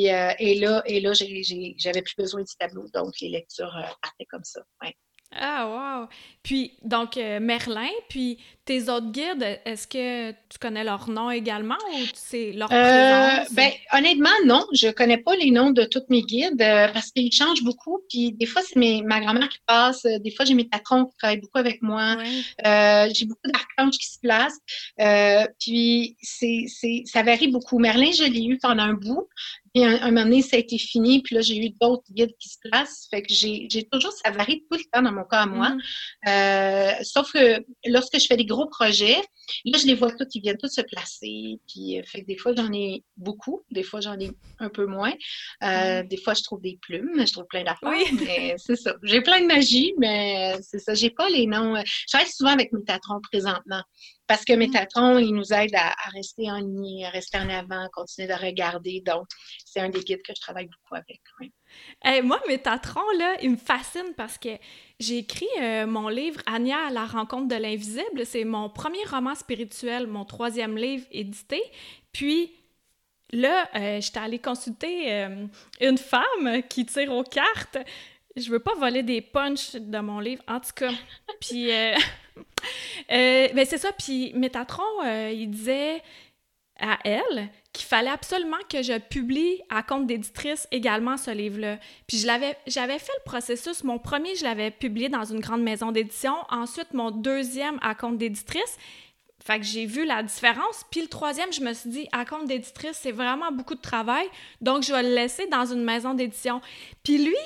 j'avais plus besoin du tableau. Donc, les lectures partaient comme ça. Ouais. Ah, wow! Puis, donc, Merlin, puis tes autres guides, est-ce que tu connais leur nom également ou c'est leur présence? Ben, honnêtement, non. Je connais pas les noms de tous mes guides parce qu'ils changent beaucoup. Puis des fois, c'est ma grand-mère qui passe. Des fois, j'ai mes patrons qui travaillent beaucoup avec moi. Ouais. J'ai beaucoup d'archanges qui se placent. Puis ça varie beaucoup. Merlin, je l'ai eu pendant un bout. Puis un moment donné, ça a été fini. Puis là, j'ai eu d'autres guides qui se placent. Fait que j'ai toujours, ça varie tout le temps dans mon cas à moi. Sauf que lorsque je fais des gros projets, là, je les vois tous, ils viennent tous se placer. Puis, fait que des fois, j'en ai beaucoup. Des fois, j'en ai un peu moins. Des fois, je trouve des plumes. Je trouve plein d'affaires. Oui. Mais c'est ça. J'ai plein de magie, mais c'est ça. J'ai pas les noms. Je travaille souvent avec Métatron présentement. Parce que Métatron, il nous aide à rester en ligne, à rester en avant, à continuer de regarder. Donc, c'est un des guides que je travaille beaucoup avec. Oui. Hey, moi, Métatron, là, il me fascine parce que j'ai écrit mon livre Anya à la rencontre de l'invisible. C'est mon premier roman spirituel, mon 3e livre édité. Puis là, j'étais allée consulter une femme qui tire aux cartes. Je veux pas voler des punchs de mon livre, en tout cas. Puis, ben c'est ça. Puis Métatron, il disait à elle qu'il fallait absolument que je publie à compte d'éditrice également ce livre-là. Puis j'avais fait le processus. Mon premier, je l'avais publié dans une grande maison d'édition. Ensuite, mon 2e à compte d'éditrice. Fait que j'ai vu la différence. Puis le 3e, je me suis dit, à compte d'éditrice, c'est vraiment beaucoup de travail. Donc, je vais le laisser dans une maison d'édition. Puis lui,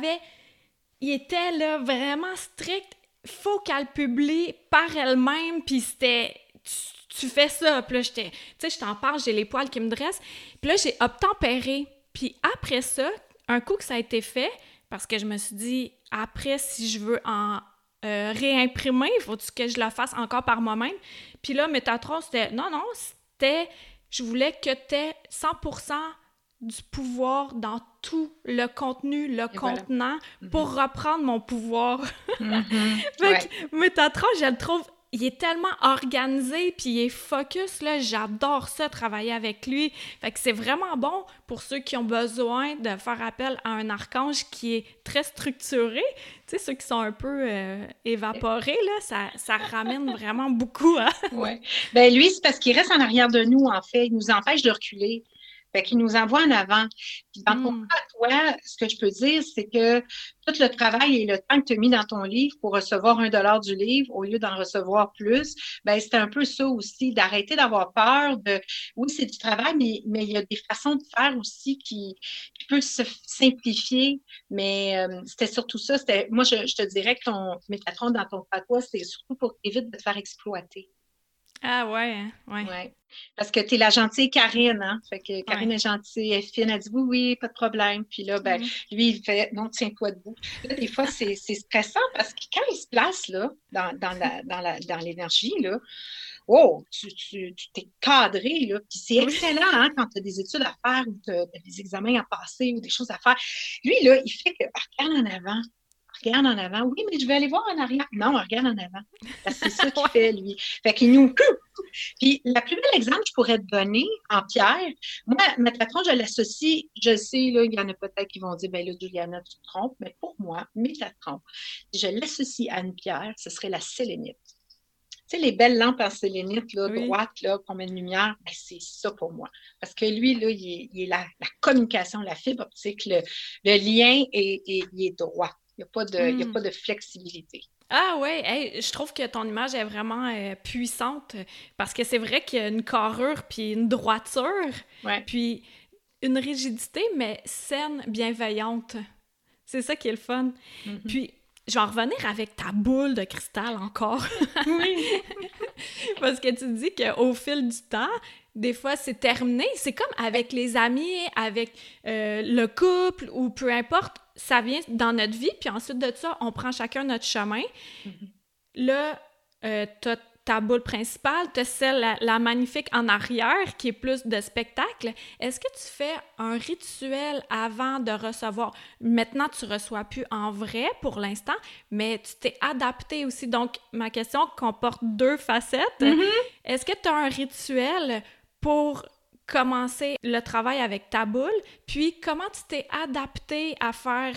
il était là vraiment strict. Faut qu'elle publie par elle-même. Puis c'était... Tu fais ça. Puis là, tu sais, je t'en parle, j'ai les poils qui me dressent. Puis là, j'ai obtempéré. Puis après ça, un coup que ça a été fait, parce que je me suis dit, après, si je veux en réimprimer, il faut que je le fasse encore par moi-même. Puis là, Métatron, c'était... Non, c'était... Je voulais que tu aies 100% du pouvoir dans tout le contenu, le contenant, pour reprendre mon pouvoir. Fait que Métatron, je le trouve... Il est tellement organisé, puis il est focus, là. J'adore ça, travailler avec lui. Fait que c'est vraiment bon pour ceux qui ont besoin de faire appel à un archange qui est très structuré. Tu sais, ceux qui sont un peu évaporés, là, ça ramène vraiment beaucoup, hein? Oui. Ben lui, c'est parce qu'il reste en arrière de nous, en fait. Il nous empêche de reculer. Fait qu'il nous envoie en avant. Puis dans ton cas, toi, ce que je peux dire, c'est que tout le travail et le temps que tu as mis dans ton livre pour recevoir $1 du livre au lieu d'en recevoir plus, ben c'est un peu ça aussi, d'arrêter d'avoir peur de... Oui, c'est du travail, mais il y a des façons de faire aussi qui peuvent se simplifier, mais c'était surtout ça. Moi, je te dirais que ton Métatron dans ton patois, c'est surtout pour éviter de te faire exploiter. Ah ouais, hein? Ouais. Ouais. Parce que tu es la gentille Karine, hein? Fait que Karine est gentille, elle est fine, elle dit oui, pas de problème. Puis là, ben, lui, il fait non, tiens-toi debout. Là, des fois, c'est stressant parce que quand il se place là, dans l'énergie, là, oh, tu t'es cadré, là. Puis c'est excellent, hein, quand tu as des études à faire ou tu as des examens à passer ou des choses à faire. Lui, là, il fait que regarde regarde en avant. Oui, mais je vais aller voir en arrière. Non, regarde en avant. Parce que c'est ça qu'il fait, lui. Fait qu'il nous... Puis, la plus belle exemple que je pourrais te donner en pierre, moi, Métatron, je l'associe, je sais, là, il y en a peut-être qui vont dire, ben là, Juliana, tu te trompes, mais pour moi, Métatron, je l'associe à une pierre, ce serait la sélénite. Tu sais, les belles lampes en sélénite, là, droites, là, qu'on met de lumière, ben, c'est ça pour moi. Parce que lui, là, il est la communication, la fibre optique, le lien, il est droit. Il n'y a pas de flexibilité. Ah ouais, hey, je trouve que ton image est vraiment puissante parce que c'est vrai qu'il y a une carrure puis une droiture, puis une rigidité, mais saine, bienveillante. C'est ça qui est le fun. Mm-hmm. Puis, je vais en revenir avec ta boule de cristal encore. Oui. Parce que tu dis qu'au fil du temps, des fois, c'est terminé. C'est comme avec les amis, avec le couple ou peu importe, ça vient dans notre vie, puis ensuite de ça, on prend chacun notre chemin. Mm-hmm. Là, t'as ta boule principale, t'as celle, la magnifique en arrière, qui est plus de spectacle. Est-ce que tu fais un rituel avant de recevoir? Maintenant, tu reçois plus en vrai pour l'instant, mais tu t'es adapté aussi. Donc, ma question comporte 2 facettes. Mm-hmm. Est-ce que tu as un rituel pour commencer le travail avec ta boule, puis comment tu t'es adapté à faire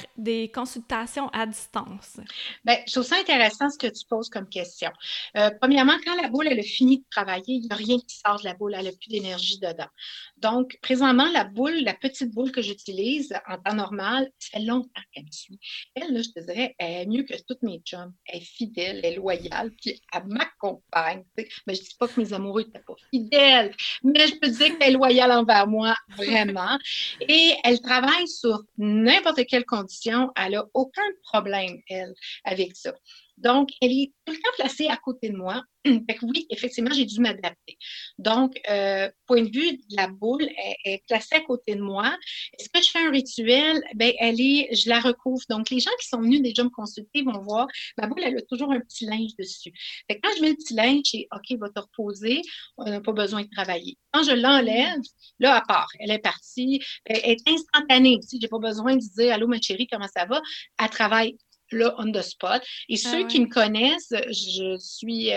des consultations à distance? Bien, je trouve ça intéressant ce que tu poses comme question. Premièrement, quand la boule, elle a fini de travailler, il n'y a rien qui sort de la boule, elle n'a plus d'énergie dedans. Donc, présentement, la boule, la petite boule que j'utilise en temps normal, ça fait longtemps qu'elle me suit. Elle, là, je te dirais, elle est mieux que toutes mes chums. Elle est fidèle, elle est loyale, puis elle m'accompagne. Mais je ne dis pas que mes amoureux n'étaient pas fidèles, mais je peux dire qu'elle est loyale envers moi, vraiment. Et elle travaille sur n'importe quelle condition. Elle n'a aucun problème, elle, avec ça. Donc, elle est tout le temps placée à côté de moi. Fait que oui, effectivement, j'ai dû m'adapter. Donc, point de vue de la boule, elle est placée à côté de moi. Est-ce que je fais un rituel? Bien, je la recouvre. Donc, les gens qui sont venus déjà me consulter vont voir, ma boule, elle a toujours un petit linge dessus. Fait que quand je mets le petit linge, c'est OK, va te reposer, on n'a pas besoin de travailler. Quand je l'enlève, là, elle part. Elle est partie. Elle est instantanée aussi. Je n'ai pas besoin de dire, allô, ma chérie, comment ça va? Elle travaille là, on the spot. Et ceux qui me connaissent, je suis,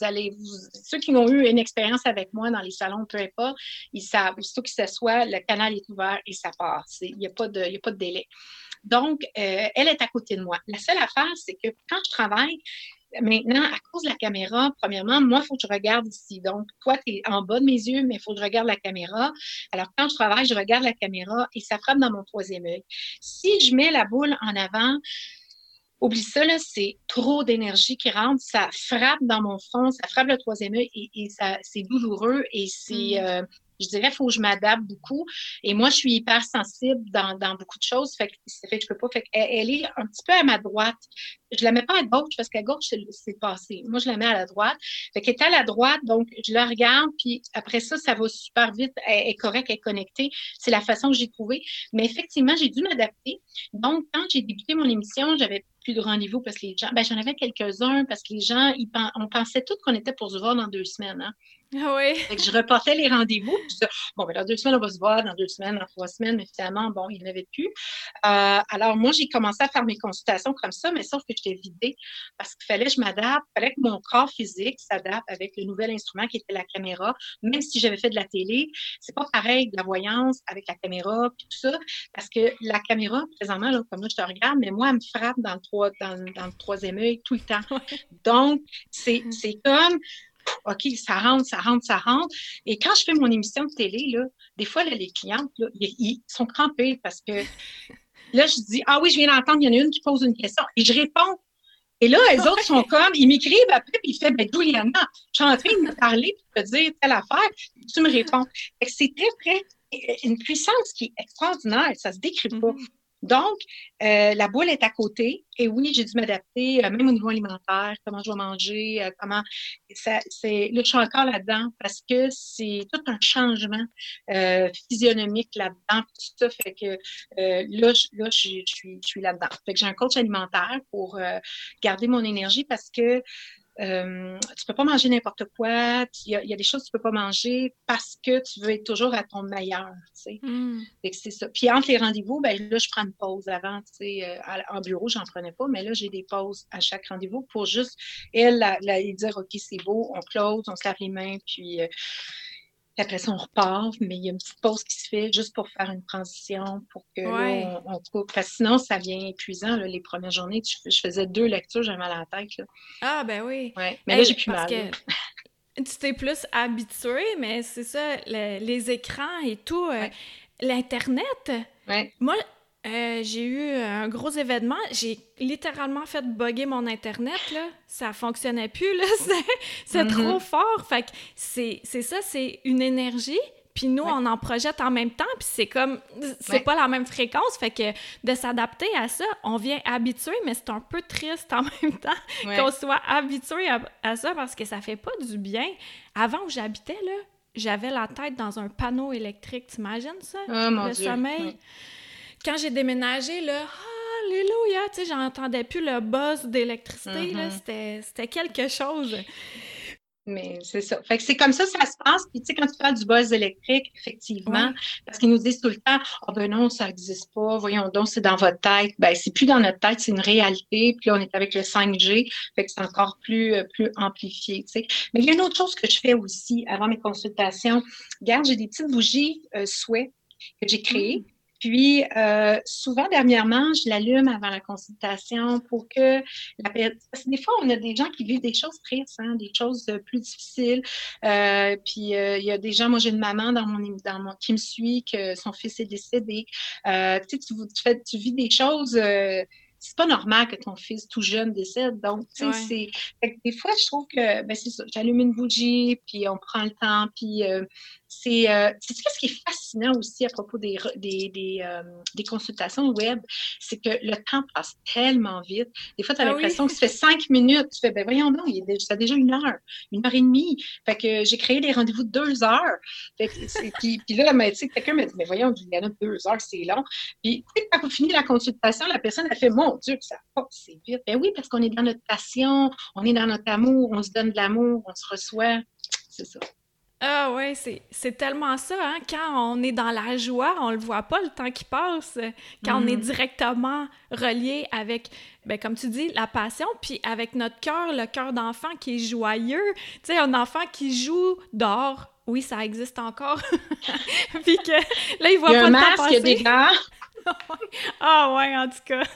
ceux qui ont eu une expérience avec moi dans les salons, peu importe, ils savent, aussitôt qu'ils s'assoient, le canal est ouvert et ça part. Il n'y a pas de délai. Donc, elle est à côté de moi. La seule affaire, c'est que quand je travaille, maintenant, à cause de la caméra, premièrement, moi, il faut que je regarde ici. Donc, toi, tu es en bas de mes yeux, mais il faut que je regarde la caméra. Alors, quand je travaille, je regarde la caméra et ça frappe dans mon 3e œil. Si je mets la boule en avant, oublie ça, là, c'est trop d'énergie qui rentre, ça frappe dans mon front, ça frappe le 3e œil et ça, c'est douloureux et c'est, je dirais, il faut que je m'adapte beaucoup. Et moi, je suis hyper sensible dans beaucoup de choses, fait que je peux pas. Fait qu'elle est un petit peu à ma droite. Je la mets pas à gauche parce qu'à gauche, c'est passé. Moi, je la mets à la droite. Fait qu'elle est à la droite, donc je la regarde, puis après ça, ça va super vite. Elle est correcte, elle est connectée. C'est la façon que j'ai trouvé. Mais effectivement, j'ai dû m'adapter. Donc, quand j'ai débuté mon émission, j'avais plus de rendez-vous parce que les gens, ben j'en avais quelques-uns parce que les gens, on pensait tous qu'on était pour se voir dans 2 semaines. Hein? Ah oui. Fait que je reportais les rendez-vous. Puis je disais, bon, ben dans 2 semaines, on va se voir, dans 2 semaines, dans 3 semaines, mais finalement, bon, il n'y en avait plus. Alors, moi, j'ai commencé à faire mes consultations comme ça, mais sauf que j'étais vidée parce qu'il fallait que je m'adapte, il fallait que mon corps physique s'adapte avec le nouvel instrument qui était la caméra. Même si j'avais fait de la télé, c'est pas pareil de la voyance avec la caméra puis tout ça, parce que la caméra, présentement, là, comme là, je te regarde, mais moi, elle me frappe dans le 3e œil tout le temps. Donc, c'est comme OK, ça rentre, ça rentre, ça rentre. Et quand je fais mon émission de télé, là, des fois, là, les clientes, là, ils sont crampés parce que là, je dis, ah oui, je viens d'entendre, il y en a une qui pose une question et je réponds. Et là, les autres sont comme, ils m'écrivent après, puis ils font, ben, Juliana, je suis en train de me parler, puis de te dire telle affaire, tu me réponds. Fait que c'est très, une puissance qui est extraordinaire, ça se décrit pas. Donc, la boule est à côté. Et oui, j'ai dû m'adapter, même au niveau alimentaire, comment je vais manger, là, je suis encore là-dedans parce que c'est tout un changement physionomique là-dedans. Tout ça fait que là, je suis là-dedans. Fait que j'ai un coach alimentaire pour garder mon énergie parce que tu peux pas manger n'importe quoi. Il y a des choses que tu peux pas manger parce que tu veux être toujours à ton meilleur, tu sais. Fait que c'est ça. Puis entre les rendez-vous, ben là, je prends une pause avant, tu sais. En bureau, j'en prenais pas, mais là, j'ai des pauses à chaque rendez-vous pour juste, lui dire, OK, c'est beau, on close, on se lave les mains, puis après ça, on repart, mais il y a une petite pause qui se fait juste pour faire une transition, pour que là, on coupe. Parce que sinon, ça devient épuisant, là, les premières journées. Je faisais 2 lectures, j'avais mal à la tête, là. Ah, ben oui. Ouais. Mais là, j'ai plus parce mal. que tu t'es plus habitué, mais c'est ça, les écrans et tout, l'Internet. Ouais. Moi, j'ai eu un gros événement. J'ai littéralement fait bugger mon Internet, là. Ça fonctionnait plus, là. C'est trop fort. Fait que c'est ça, c'est une énergie. Puis nous, on en projette en même temps. Puis c'est comme... C'est pas la même fréquence. Fait que de s'adapter à ça, on vient habitué, mais c'est un peu triste en même temps qu'on soit habitué à ça parce que ça fait pas du bien. Avant où j'habitais, là, j'avais la tête dans un panneau électrique. T'imagines ça? Oh, mon le Dieu. sommeil. Ouais. Quand j'ai déménagé, là, alléluia, tu sais, j'entendais plus le buzz d'électricité, là, c'était quelque chose. Mais c'est ça. Fait que c'est comme ça se passe. Puis, tu sais, quand tu parles du buzz électrique, effectivement, parce qu'ils nous disent tout le temps, « Ah ben non, ça n'existe pas. Voyons donc, c'est dans votre tête. » Ben, c'est plus dans notre tête, c'est une réalité. Puis là, on est avec le 5G. Fait que c'est encore plus amplifié, tu sais. Mais il y a une autre chose que je fais aussi avant mes consultations. Regarde, j'ai des petites bougies souhaits que j'ai créées. Puis, souvent, dernièrement, je l'allume avant la consultation pour que parce que des fois, on a des gens qui vivent des choses tristes, hein, des choses plus difficiles. Puis, il y a des gens, moi, j'ai une maman qui me suit, que son fils est décédé. Tu sais, tu vis des choses... c'est pas normal que ton fils tout jeune décède. Donc, tu sais, des fois, je trouve que, ben, c'est ça. J'allume une bougie, puis on prend le temps, puis c'est ce qui est fascinant aussi à propos des consultations web, c'est que le temps passe tellement vite. Des fois, tu as l'impression que ça fait 5 minutes. Tu fais, ben voyons donc, ça a déjà 1 heure et demie. Fait que j'ai créé des rendez-vous de 2 heures. Fait que, puis là, tu sais, quelqu'un m'a dit, mais voyons, Juliana, 2 heures, c'est long. Puis, tu sais, quand on finit la consultation, la personne a fait, mon Dieu, que ça passe vite. Ben oui, parce qu'on est dans notre passion, on est dans notre amour, on se donne de l'amour, on se reçoit. C'est ça. Ah ouais, c'est tellement ça, hein? Quand on est dans la joie, on le voit pas, le temps qui passe. Quand on est directement relié avec, ben comme tu dis, la passion, puis avec notre cœur, le cœur d'enfant qui est joyeux. Tu sais, un enfant qui joue dehors, oui, ça existe encore. Puis que là, il voit pas le temps passer. Il y a des gars. Ah ouais, en tout cas.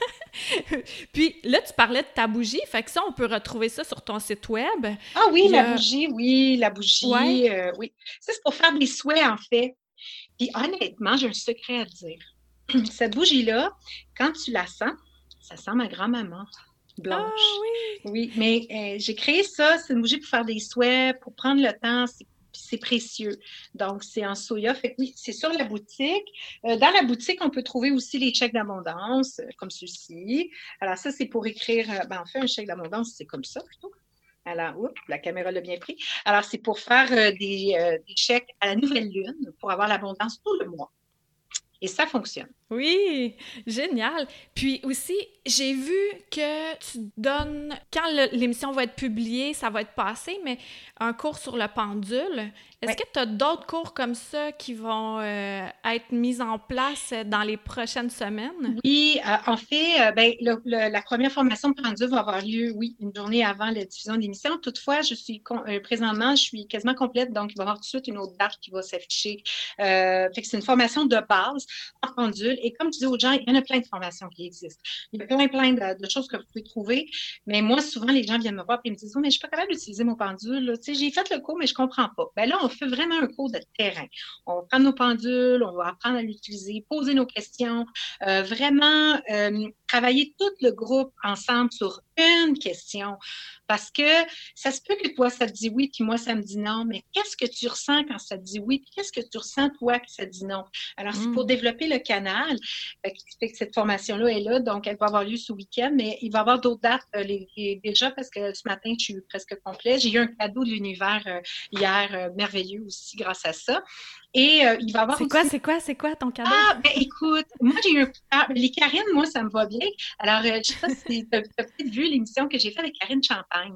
Puis là, tu parlais de ta bougie, fait que ça, on peut retrouver ça sur ton site web. Ah oui, la bougie, oui, la bougie, oui. Ça, c'est pour faire des souhaits, en fait. Puis honnêtement, j'ai un secret à te dire. Cette bougie-là, quand tu la sens, ça sent ma grand-maman blanche. Ah oui! Oui, mais j'ai créé ça, c'est une bougie pour faire des souhaits, pour prendre le temps, c'est précieux. Donc, c'est en soya. Fait que oui, c'est sur la boutique. Dans la boutique, on peut trouver aussi les chèques d'abondance, comme ceux-ci. Alors, ça, c'est pour écrire, en fait, un chèque d'abondance, c'est comme ça plutôt. Alors, oups, la caméra l'a bien pris. Alors, c'est pour faire des chèques à la nouvelle lune, pour avoir l'abondance tout le mois. Et ça fonctionne. Oui, génial. Puis aussi, j'ai vu que tu donnes, quand l'émission va être publiée, ça va être passé, mais un cours sur le pendule. Est-ce que tu as d'autres cours comme ça qui vont être mis en place dans les prochaines semaines? Oui, en fait, la première formation de pendule va avoir lieu, oui, une journée avant la diffusion de l'émission. Toutefois, présentement, je suis quasiment complète, donc il va y avoir tout de suite une autre date qui va s'afficher. Fait que c'est une formation de base en pendule. Et comme je dis aux gens, il y en a plein de formations qui existent. Il y a plein de choses que vous pouvez trouver. Mais moi, souvent, les gens viennent me voir et me disent, oh, mais je suis pas capable d'utiliser mon pendule. Tu sais, j'ai fait le cours, mais je comprends pas. Ben là, on fait vraiment un cours de terrain. On va prendre nos pendules, on va apprendre à l'utiliser, poser nos questions, vraiment travailler tout le groupe ensemble sur une question. Parce que ça se peut que toi, ça te dit oui, puis moi, ça me dit non, mais qu'est-ce que tu ressens quand ça te dit oui, puis qu'est-ce que tu ressens, toi, que ça te dit non? Alors, c'est pour développer le canal. Fait que cette formation-là est là, donc elle va avoir lieu ce week-end, mais il va y avoir d'autres dates déjà, parce que ce matin, je suis presque complet. J'ai eu un cadeau de l'univers hier, merveilleux aussi, grâce à ça. Et il va y avoir C'est quoi ton cadeau? Ah, ben écoute, moi j'ai eu les Karine, moi ça me va bien. Alors, je sais pas si tu as peut-être vu l'émission que j'ai faite avec Karine Champagne.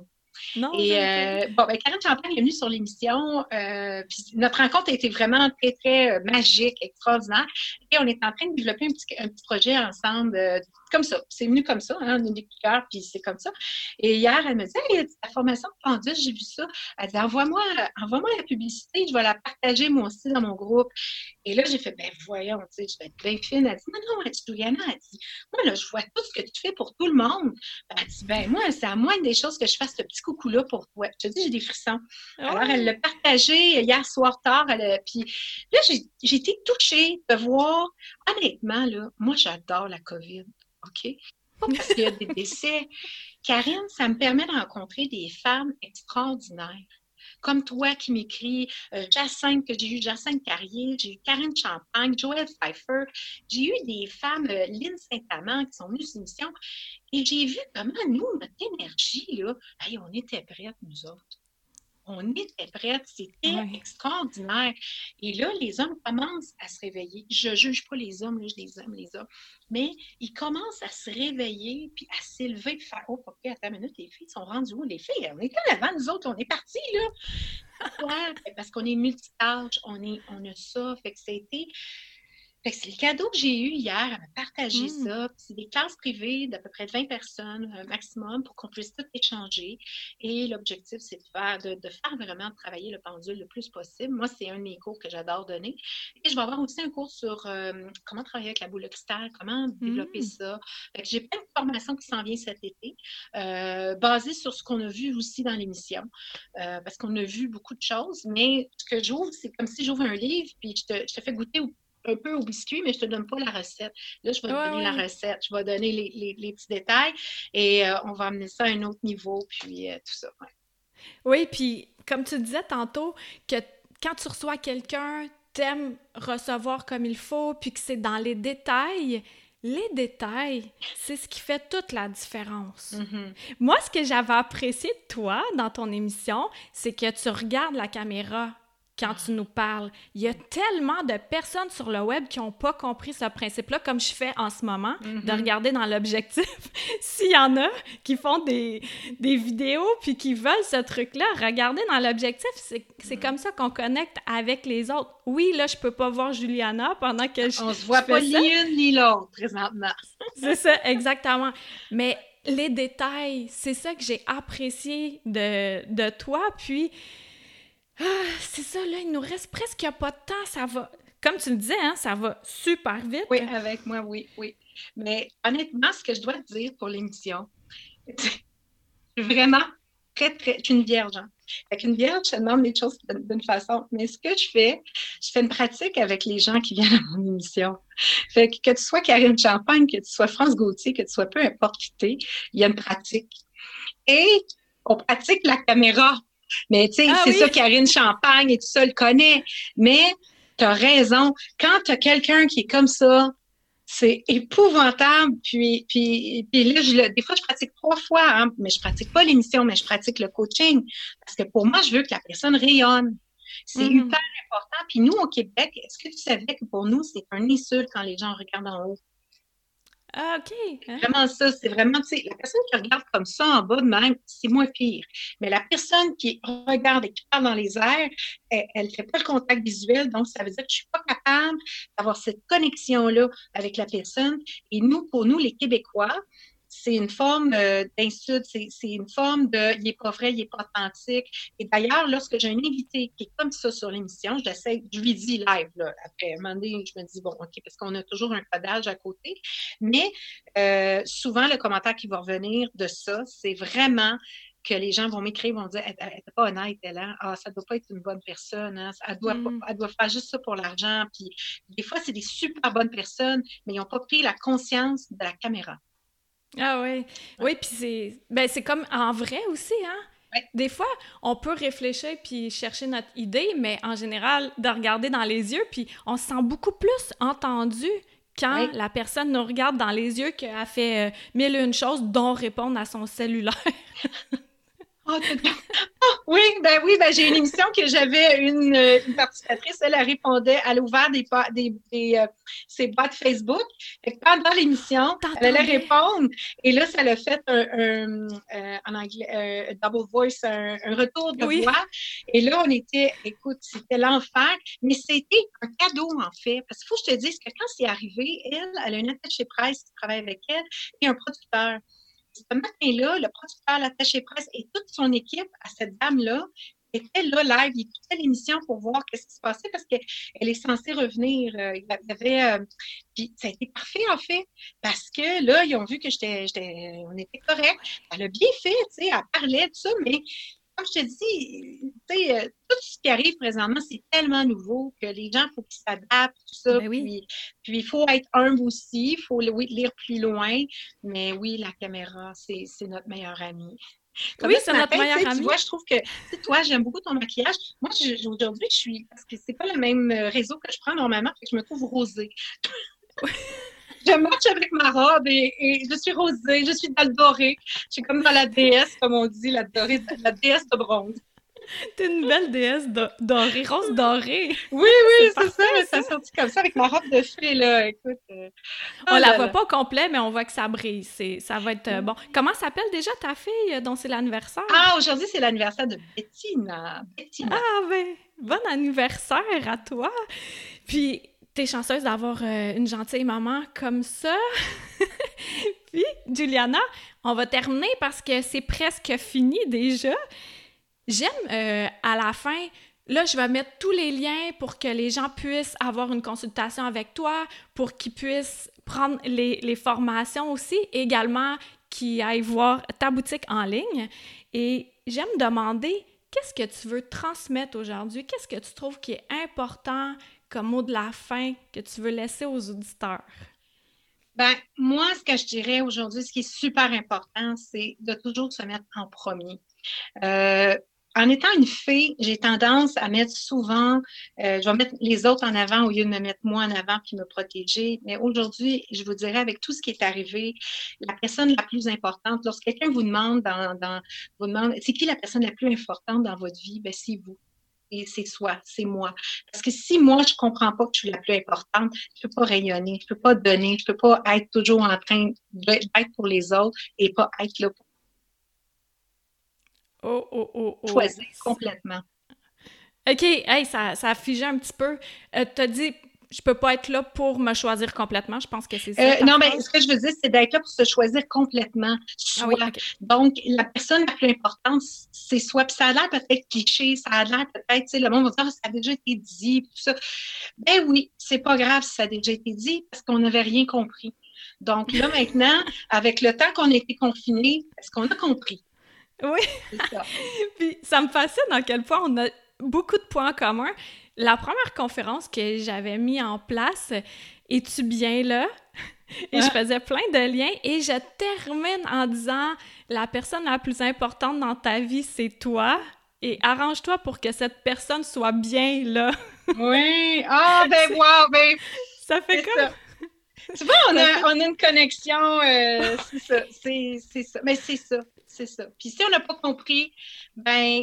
Non, Et Karine Champagne est venue sur l'émission. Puis notre rencontre a été vraiment très, très magique, extraordinaire. Et on est en train de développer un petit projet ensemble, comme ça. C'est venu comme ça, hein, on a des coups de cœur, puis c'est comme ça. Et hier, elle me dit, hey, ta formation de pendule, j'ai vu ça. Elle dit, envoie-moi la publicité, je vais la partager moi aussi dans mon groupe. Et là, j'ai fait, ben voyons, tu sais, je vais être bien fine. Elle dit, non, elle dit, Juliana, elle dit, moi, là, je vois tout ce que tu fais pour tout le monde. Elle dit, ben moi, c'est à moindre des choses que je fasse ce petit coucou-là pour toi. Je te dis, j'ai des frissons. Oh. Alors, elle l'a partagé hier soir tard. Puis là, j'ai été touchée de voir, honnêtement, là, moi, j'adore la COVID, OK? Pas parce qu'il y a des décès. Karine, ça me permet de rencontrer des femmes extraordinaires. Comme toi qui m'écris, Jacinthe, que j'ai eu Jacinthe Carrier, j'ai eu Karine Champagne, Joëlle Pfeiffer, j'ai eu des femmes, Lynn Saint-Amand, qui sont venues sur l'émission, et j'ai vu comment nous, notre énergie, là, hey, on était prêtes, nous autres. On était prêtes, c'était extraordinaire. Et là, les hommes commencent à se réveiller. Je ne juge pas les hommes, là, je les aime, les hommes. Mais ils commencent à se réveiller puis à s'élever et faire « Oh, OK, attends une minute, les filles sont rendues où? Les filles, on est quand avant, nous autres, on est partis, là! » Ouais, parce qu'on est multitâches, on a ça. Fait que c'était... Fait que c'est le cadeau que j'ai eu hier, à me partager ça. C'est des classes privées d'à peu près 20 personnes maximum pour qu'on puisse tout échanger. Et l'objectif, c'est de faire vraiment travailler le pendule le plus possible. Moi, c'est un de mes cours que j'adore donner. Et je vais avoir aussi un cours sur comment travailler avec la boule de cristal, comment développer ça. Fait que j'ai plein de formations qui s'en viennent cet été, basées sur ce qu'on a vu aussi dans l'émission. Parce qu'on a vu beaucoup de choses, mais ce que j'ouvre, c'est comme si j'ouvre un livre, puis je te fais goûter un peu au biscuit, mais je ne te donne pas la recette. Là, je vais te donner la recette. Je vais donner les petits détails et on va amener ça à un autre niveau, puis tout ça. Ouais. Oui, puis comme tu disais tantôt, que quand tu reçois quelqu'un, t'aimes recevoir comme il faut, puis que c'est dans les détails, c'est ce qui fait toute la différence. Mm-hmm. Moi, ce que j'avais apprécié de toi dans ton émission, c'est que tu regardes la caméra quand tu nous parles. Il y a tellement de personnes sur le web qui n'ont pas compris ce principe-là, comme je fais en ce moment, de regarder dans l'objectif. S'il y en a qui font des vidéos puis qui veulent ce truc-là, regarder dans l'objectif, c'est comme ça qu'on connecte avec les autres. Oui, là, je peux pas voir Juliana pendant que on se voit pas ni une ni l'autre, présentement. C'est ça, exactement. Mais les détails, c'est ça que j'ai apprécié de toi, puis... c'est ça, là, il nous reste presque pas de temps, ça va, comme tu le disais, hein, ça va super vite. Oui, avec moi, oui. Mais honnêtement, ce que je dois te dire pour l'émission, c'est vraiment je suis une vierge. Hein. Avec une vierge, je demande les choses d'une façon, mais ce que je fais une pratique avec les gens qui viennent à mon émission. Fait que tu sois Karine Champagne, que tu sois France Gauthier, que tu sois peu importe qui t'es, il y a une pratique. Et on pratique la caméra. Mais tu sais, c'est ça, Karine Champagne et tout ça le connaît. Mais tu as raison. Quand tu as quelqu'un qui est comme ça, c'est épouvantable. Puis là, des fois, je pratique 3 fois, hein, mais je pratique pas l'émission, mais je pratique le coaching. Parce que pour moi, je veux que la personne rayonne. C'est hyper important. Puis nous, au Québec, est-ce que tu savais que pour nous, c'est un insulte quand les gens regardent en haut? Ah, OK. Hein? Vraiment ça, c'est vraiment, tu sais, la personne qui regarde comme ça en bas de même, c'est moins pire. Mais la personne qui regarde et qui parle dans les airs, elle ne fait pas le contact visuel, donc ça veut dire que je ne suis pas capable d'avoir cette connexion-là avec la personne. Et nous, pour nous, les Québécois, c'est une forme d'insulte, c'est une forme de « il n'est pas vrai, il n'est pas authentique ». Et d'ailleurs, lorsque j'ai un invité qui est comme ça sur l'émission, je lui dis live, là, après, à un moment donné, je me dis « bon, OK », parce qu'on a toujours un codage à côté. Mais souvent, le commentaire qui va revenir de ça, c'est vraiment que les gens vont m'écrire, vont dire « elle n'est pas honnête, elle, hein? Ah, ça ne doit pas être une bonne personne, hein? Elle doit faire juste ça pour l'argent. » Puis des fois, c'est des super bonnes personnes, mais ils n'ont pas pris la conscience de la caméra. Ah oui. Oui, puis c'est comme en vrai aussi, hein? Ouais. Des fois, on peut réfléchir puis chercher notre idée, mais en général, de regarder dans les yeux, puis on se sent beaucoup plus entendu quand la personne nous regarde dans les yeux qu'elle fait 1001 choses, dont répondre à son cellulaire. Oh, oui, j'ai une émission que j'avais une participatrice, elle répondait, elle a ouvert ses boîtes Facebook. Et pendant l'émission, elle allait répondre. Et là, ça l'a fait en anglais, un double voice, un retour de voix. Et là, écoute, c'était l'enfer. Mais c'était un cadeau, en fait. Parce qu'il faut que je te dise que quand c'est arrivé, elle a une attachée presse qui travaille avec elle et un producteur. Ce matin-là, le producteur, l'attaché presse et toute son équipe à cette dame-là était là live. Il écoutait l'émission pour voir ce qui se passait parce qu'elle est censée revenir. Puis ça a été parfait, en fait, parce que là, ils ont vu que on était correct. Elle a bien fait, tu sais, elle parlait de ça, mais comme je te dis, tout ce qui arrive présentement, c'est tellement nouveau que les gens, il faut qu'ils s'adaptent, tout ça. Ben oui. Puis il faut être humble aussi, il faut lire plus loin. Mais oui, la caméra, c'est notre meilleure amie. Oui, c'est notre meilleure amie. Tu vois, je trouve que, toi, j'aime beaucoup ton maquillage. Moi, aujourd'hui, parce que c'est pas le même réseau que je prends normalement, fait que je me trouve rosée. Je match avec ma robe et je suis rosée, je suis dans le doré. Je suis comme dans la déesse, comme on dit, la déesse de bronze. T'es une belle déesse dorée, rose dorée. Oui, c'est ça. Ça a sorti comme ça avec ma robe de fée, là. Écoute. On la voit pas au complet, mais on voit que ça brille. Ça va être bon. Comment s'appelle déjà ta fille dont c'est l'anniversaire? Ah, aujourd'hui, c'est l'anniversaire de Bettina. Ah, ben, bon anniversaire à toi. Puis, t'es chanceuse d'avoir une gentille maman comme ça. Puis, Juliana, on va terminer parce que c'est presque fini déjà. J'aime, à la fin, là, je vais mettre tous les liens pour que les gens puissent avoir une consultation avec toi, pour qu'ils puissent prendre les formations aussi, également qu'ils aillent voir ta boutique en ligne. Et j'aime demander, qu'est-ce que tu veux transmettre aujourd'hui? Qu'est-ce que tu trouves qui est important comme mot de la fin que tu veux laisser aux auditeurs? Ben, moi, ce que je dirais aujourd'hui, ce qui est super important, c'est de toujours se mettre en premier. En étant une fille, j'ai tendance à mettre souvent, je vais mettre les autres en avant au lieu de me mettre moi en avant puis me protéger. Mais aujourd'hui, je vous dirais, avec tout ce qui est arrivé, la personne la plus importante, lorsque quelqu'un vous demande, vous demande, c'est qui la personne la plus importante dans votre vie? Ben, c'est vous. Et c'est moi. Parce que si moi, je comprends pas que je suis la plus importante, je peux pas rayonner, je peux pas donner, je peux pas être toujours en train d'être pour les autres et pas être là pour choisir complètement. OK, hey, ça a figé un petit peu. T'as dit, je peux pas être là pour me choisir complètement. Je pense que c'est ça. Non, mais ce que je veux dire, c'est d'être là pour se choisir complètement. Soi. Ah oui, okay. Donc, la personne la plus importante, c'est soi. Puis ça a l'air peut-être cliché, ça a l'air peut-être, tu sais, le monde va dire, ça a déjà été dit, tout ça. Ben oui, c'est pas grave si ça a déjà été dit parce qu'on n'avait rien compris. Donc là, maintenant, avec le temps qu'on a été confinés, est-ce qu'on a compris? Oui. Ça. Puis ça me fascine à quel point on a beaucoup de points en commun. La première conférence que j'avais mis en place, es-tu bien là? Et je faisais plein de liens et je termine en disant la personne la plus importante dans ta vie, c'est toi. Et arrange-toi pour que cette personne soit bien là. Oui. Ah, ben wow, ben. Ça fait comme. Ça. Tu vois, on a une connexion, c'est ça. Mais c'est ça. Puis si on n'a pas compris, ben,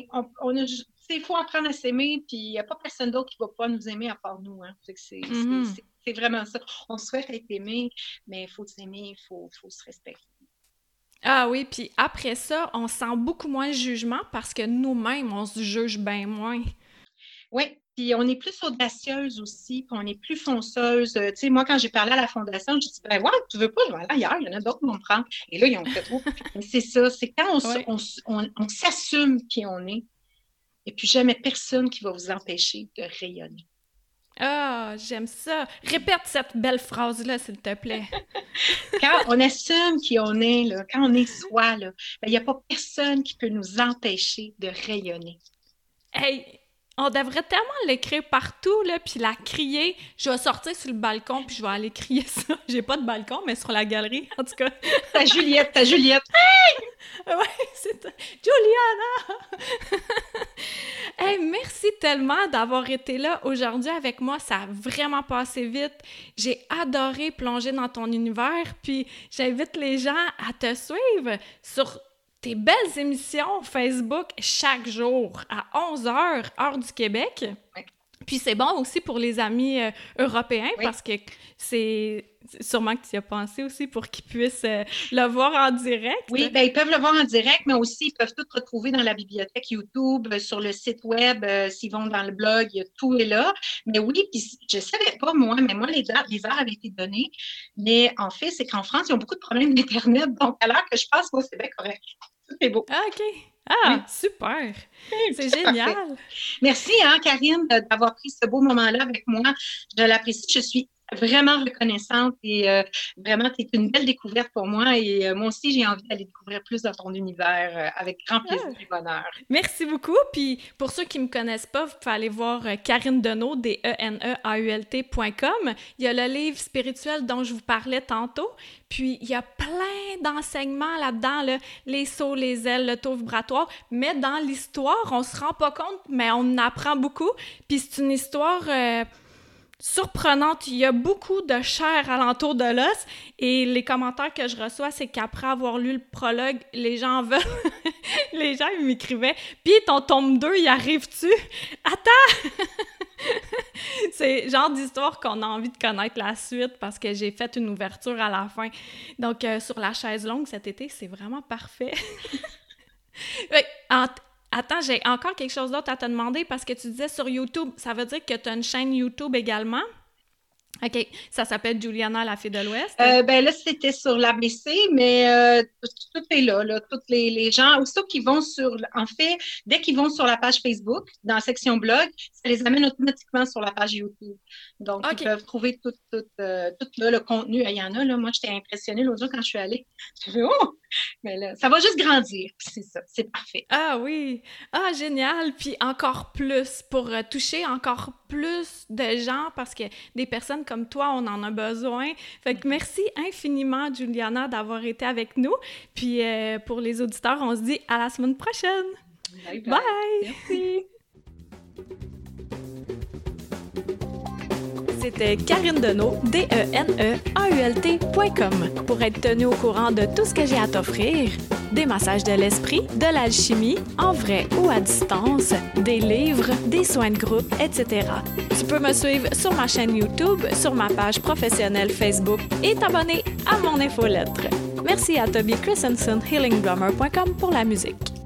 il faut apprendre à s'aimer, puis il n'y a pas personne d'autre qui ne va pas nous aimer à part nous. Hein. C'est vraiment ça. On souhaite être aimé, mais il faut s'aimer, il faut se respecter. Ah oui, puis après ça, on sent beaucoup moins de jugement parce que nous-mêmes, on se juge bien moins. Oui. Puis on est plus audacieuse aussi, puis on est plus fonceuse. Tu sais, moi, quand j'ai parlé à la fondation, j'ai dit, ben ouais, tu veux pas, je vais aller ailleurs, il y en a d'autres qui vont me prendre. Et là, ils ont fait trop. Mais c'est ça, c'est quand on s'assume qui on est, et puis jamais personne qui va vous empêcher de rayonner. Ah, j'aime ça. Répète cette belle phrase-là, s'il te plaît. Quand on assume qui on est, là, quand on est soi, là, ben, il n'y a pas personne qui peut nous empêcher de rayonner. Hey! On devrait tellement l'écrire partout, là, puis la crier. Je vais sortir sur le balcon, puis je vais aller crier ça. J'ai pas de balcon, mais sur la galerie, en tout cas. Ta Juliette! Hey! Ouais, c'est ça. Juliana! Hey, merci tellement d'avoir été là aujourd'hui avec moi. Ça a vraiment passé vite. J'ai adoré plonger dans ton univers, puis j'invite les gens à te suivre sur tes belles émissions Facebook chaque jour à 11h, heure du Québec. Oui. Puis c'est bon aussi pour les amis européens parce que c'est sûrement que tu y as pensé aussi pour qu'ils puissent le voir en direct. Oui, bien, ils peuvent le voir en direct, mais aussi ils peuvent tout retrouver dans la bibliothèque YouTube, sur le site web, s'ils vont dans le blog, tout est là. Mais oui, puis je ne savais pas, moi, mais moi, les heures avaient été données. Mais en fait, c'est qu'en France, ils ont beaucoup de problèmes d'Internet. Donc, à l'heure que je passe, moi, c'est bien correct. Tout est beau. Ah, OK. Ah, oui. Super! C'est génial! Parfait. Merci, Karine, d'avoir pris ce beau moment-là avec moi. Je l'apprécie. Je suis vraiment reconnaissante et vraiment, tu es une belle découverte pour moi et moi aussi, j'ai envie d'aller découvrir plus de ton univers avec grand plaisir et bonheur. Merci beaucoup. Puis pour ceux qui ne me connaissent pas, vous pouvez aller voir Karine Deneault, DENEAULT.com. Il y a le livre spirituel dont je vous parlais tantôt. Puis il y a plein d'enseignements là-dedans, là, les sauts, les ailes, le taux vibratoire. Mais dans l'histoire, on se rend pas compte, mais on en apprend beaucoup. Puis c'est une histoire... surprenante. Il y a beaucoup de chair alentour de l'os et les commentaires que je reçois, c'est qu'après avoir lu le prologue, les gens veulent... les gens, ils m'écrivaient « Puis ton tome 2, il arrive-tu? Attends! » C'est le genre d'histoire qu'on a envie de connaître la suite parce que j'ai fait une ouverture à la fin. Donc, sur la chaise longue cet été, c'est vraiment parfait. Attends, j'ai encore quelque chose d'autre à te demander parce que tu disais sur YouTube, ça veut dire que tu as une chaîne YouTube également? OK, ça s'appelle Juliana, la fille de l'Ouest? Ben là, c'était sur l'ABC, mais tout est là. Tous les gens, aussitôt qu'ils vont en fait, dès qu'ils vont sur la page Facebook, dans la section blog, ça les amène automatiquement sur la page YouTube. Donc, Ils peuvent trouver tout là, le contenu. Il y en a, là, moi, j'étais impressionnée l'autre jour quand je suis allée. Je me oh! Mais là, ça va juste grandir, puis c'est ça, c'est parfait. Ah oui! Ah, génial! Puis encore plus, pour toucher encore plus de gens, parce que des personnes comme toi, on en a besoin. Fait que merci infiniment, Juliana, d'avoir été avec nous. Puis pour les auditeurs, on se dit à la semaine prochaine! Bye! Bye! Merci! C'était Karine Deneault, DENEAULT.com, pour être tenue au courant de tout ce que j'ai à t'offrir. Des massages de l'esprit, de l'alchimie, en vrai ou à distance, des livres, des soins de groupe, etc. Tu peux me suivre sur ma chaîne YouTube, sur ma page professionnelle Facebook et t'abonner à mon infolettre. Merci à Toby Christensen, healingdrummer.com pour la musique.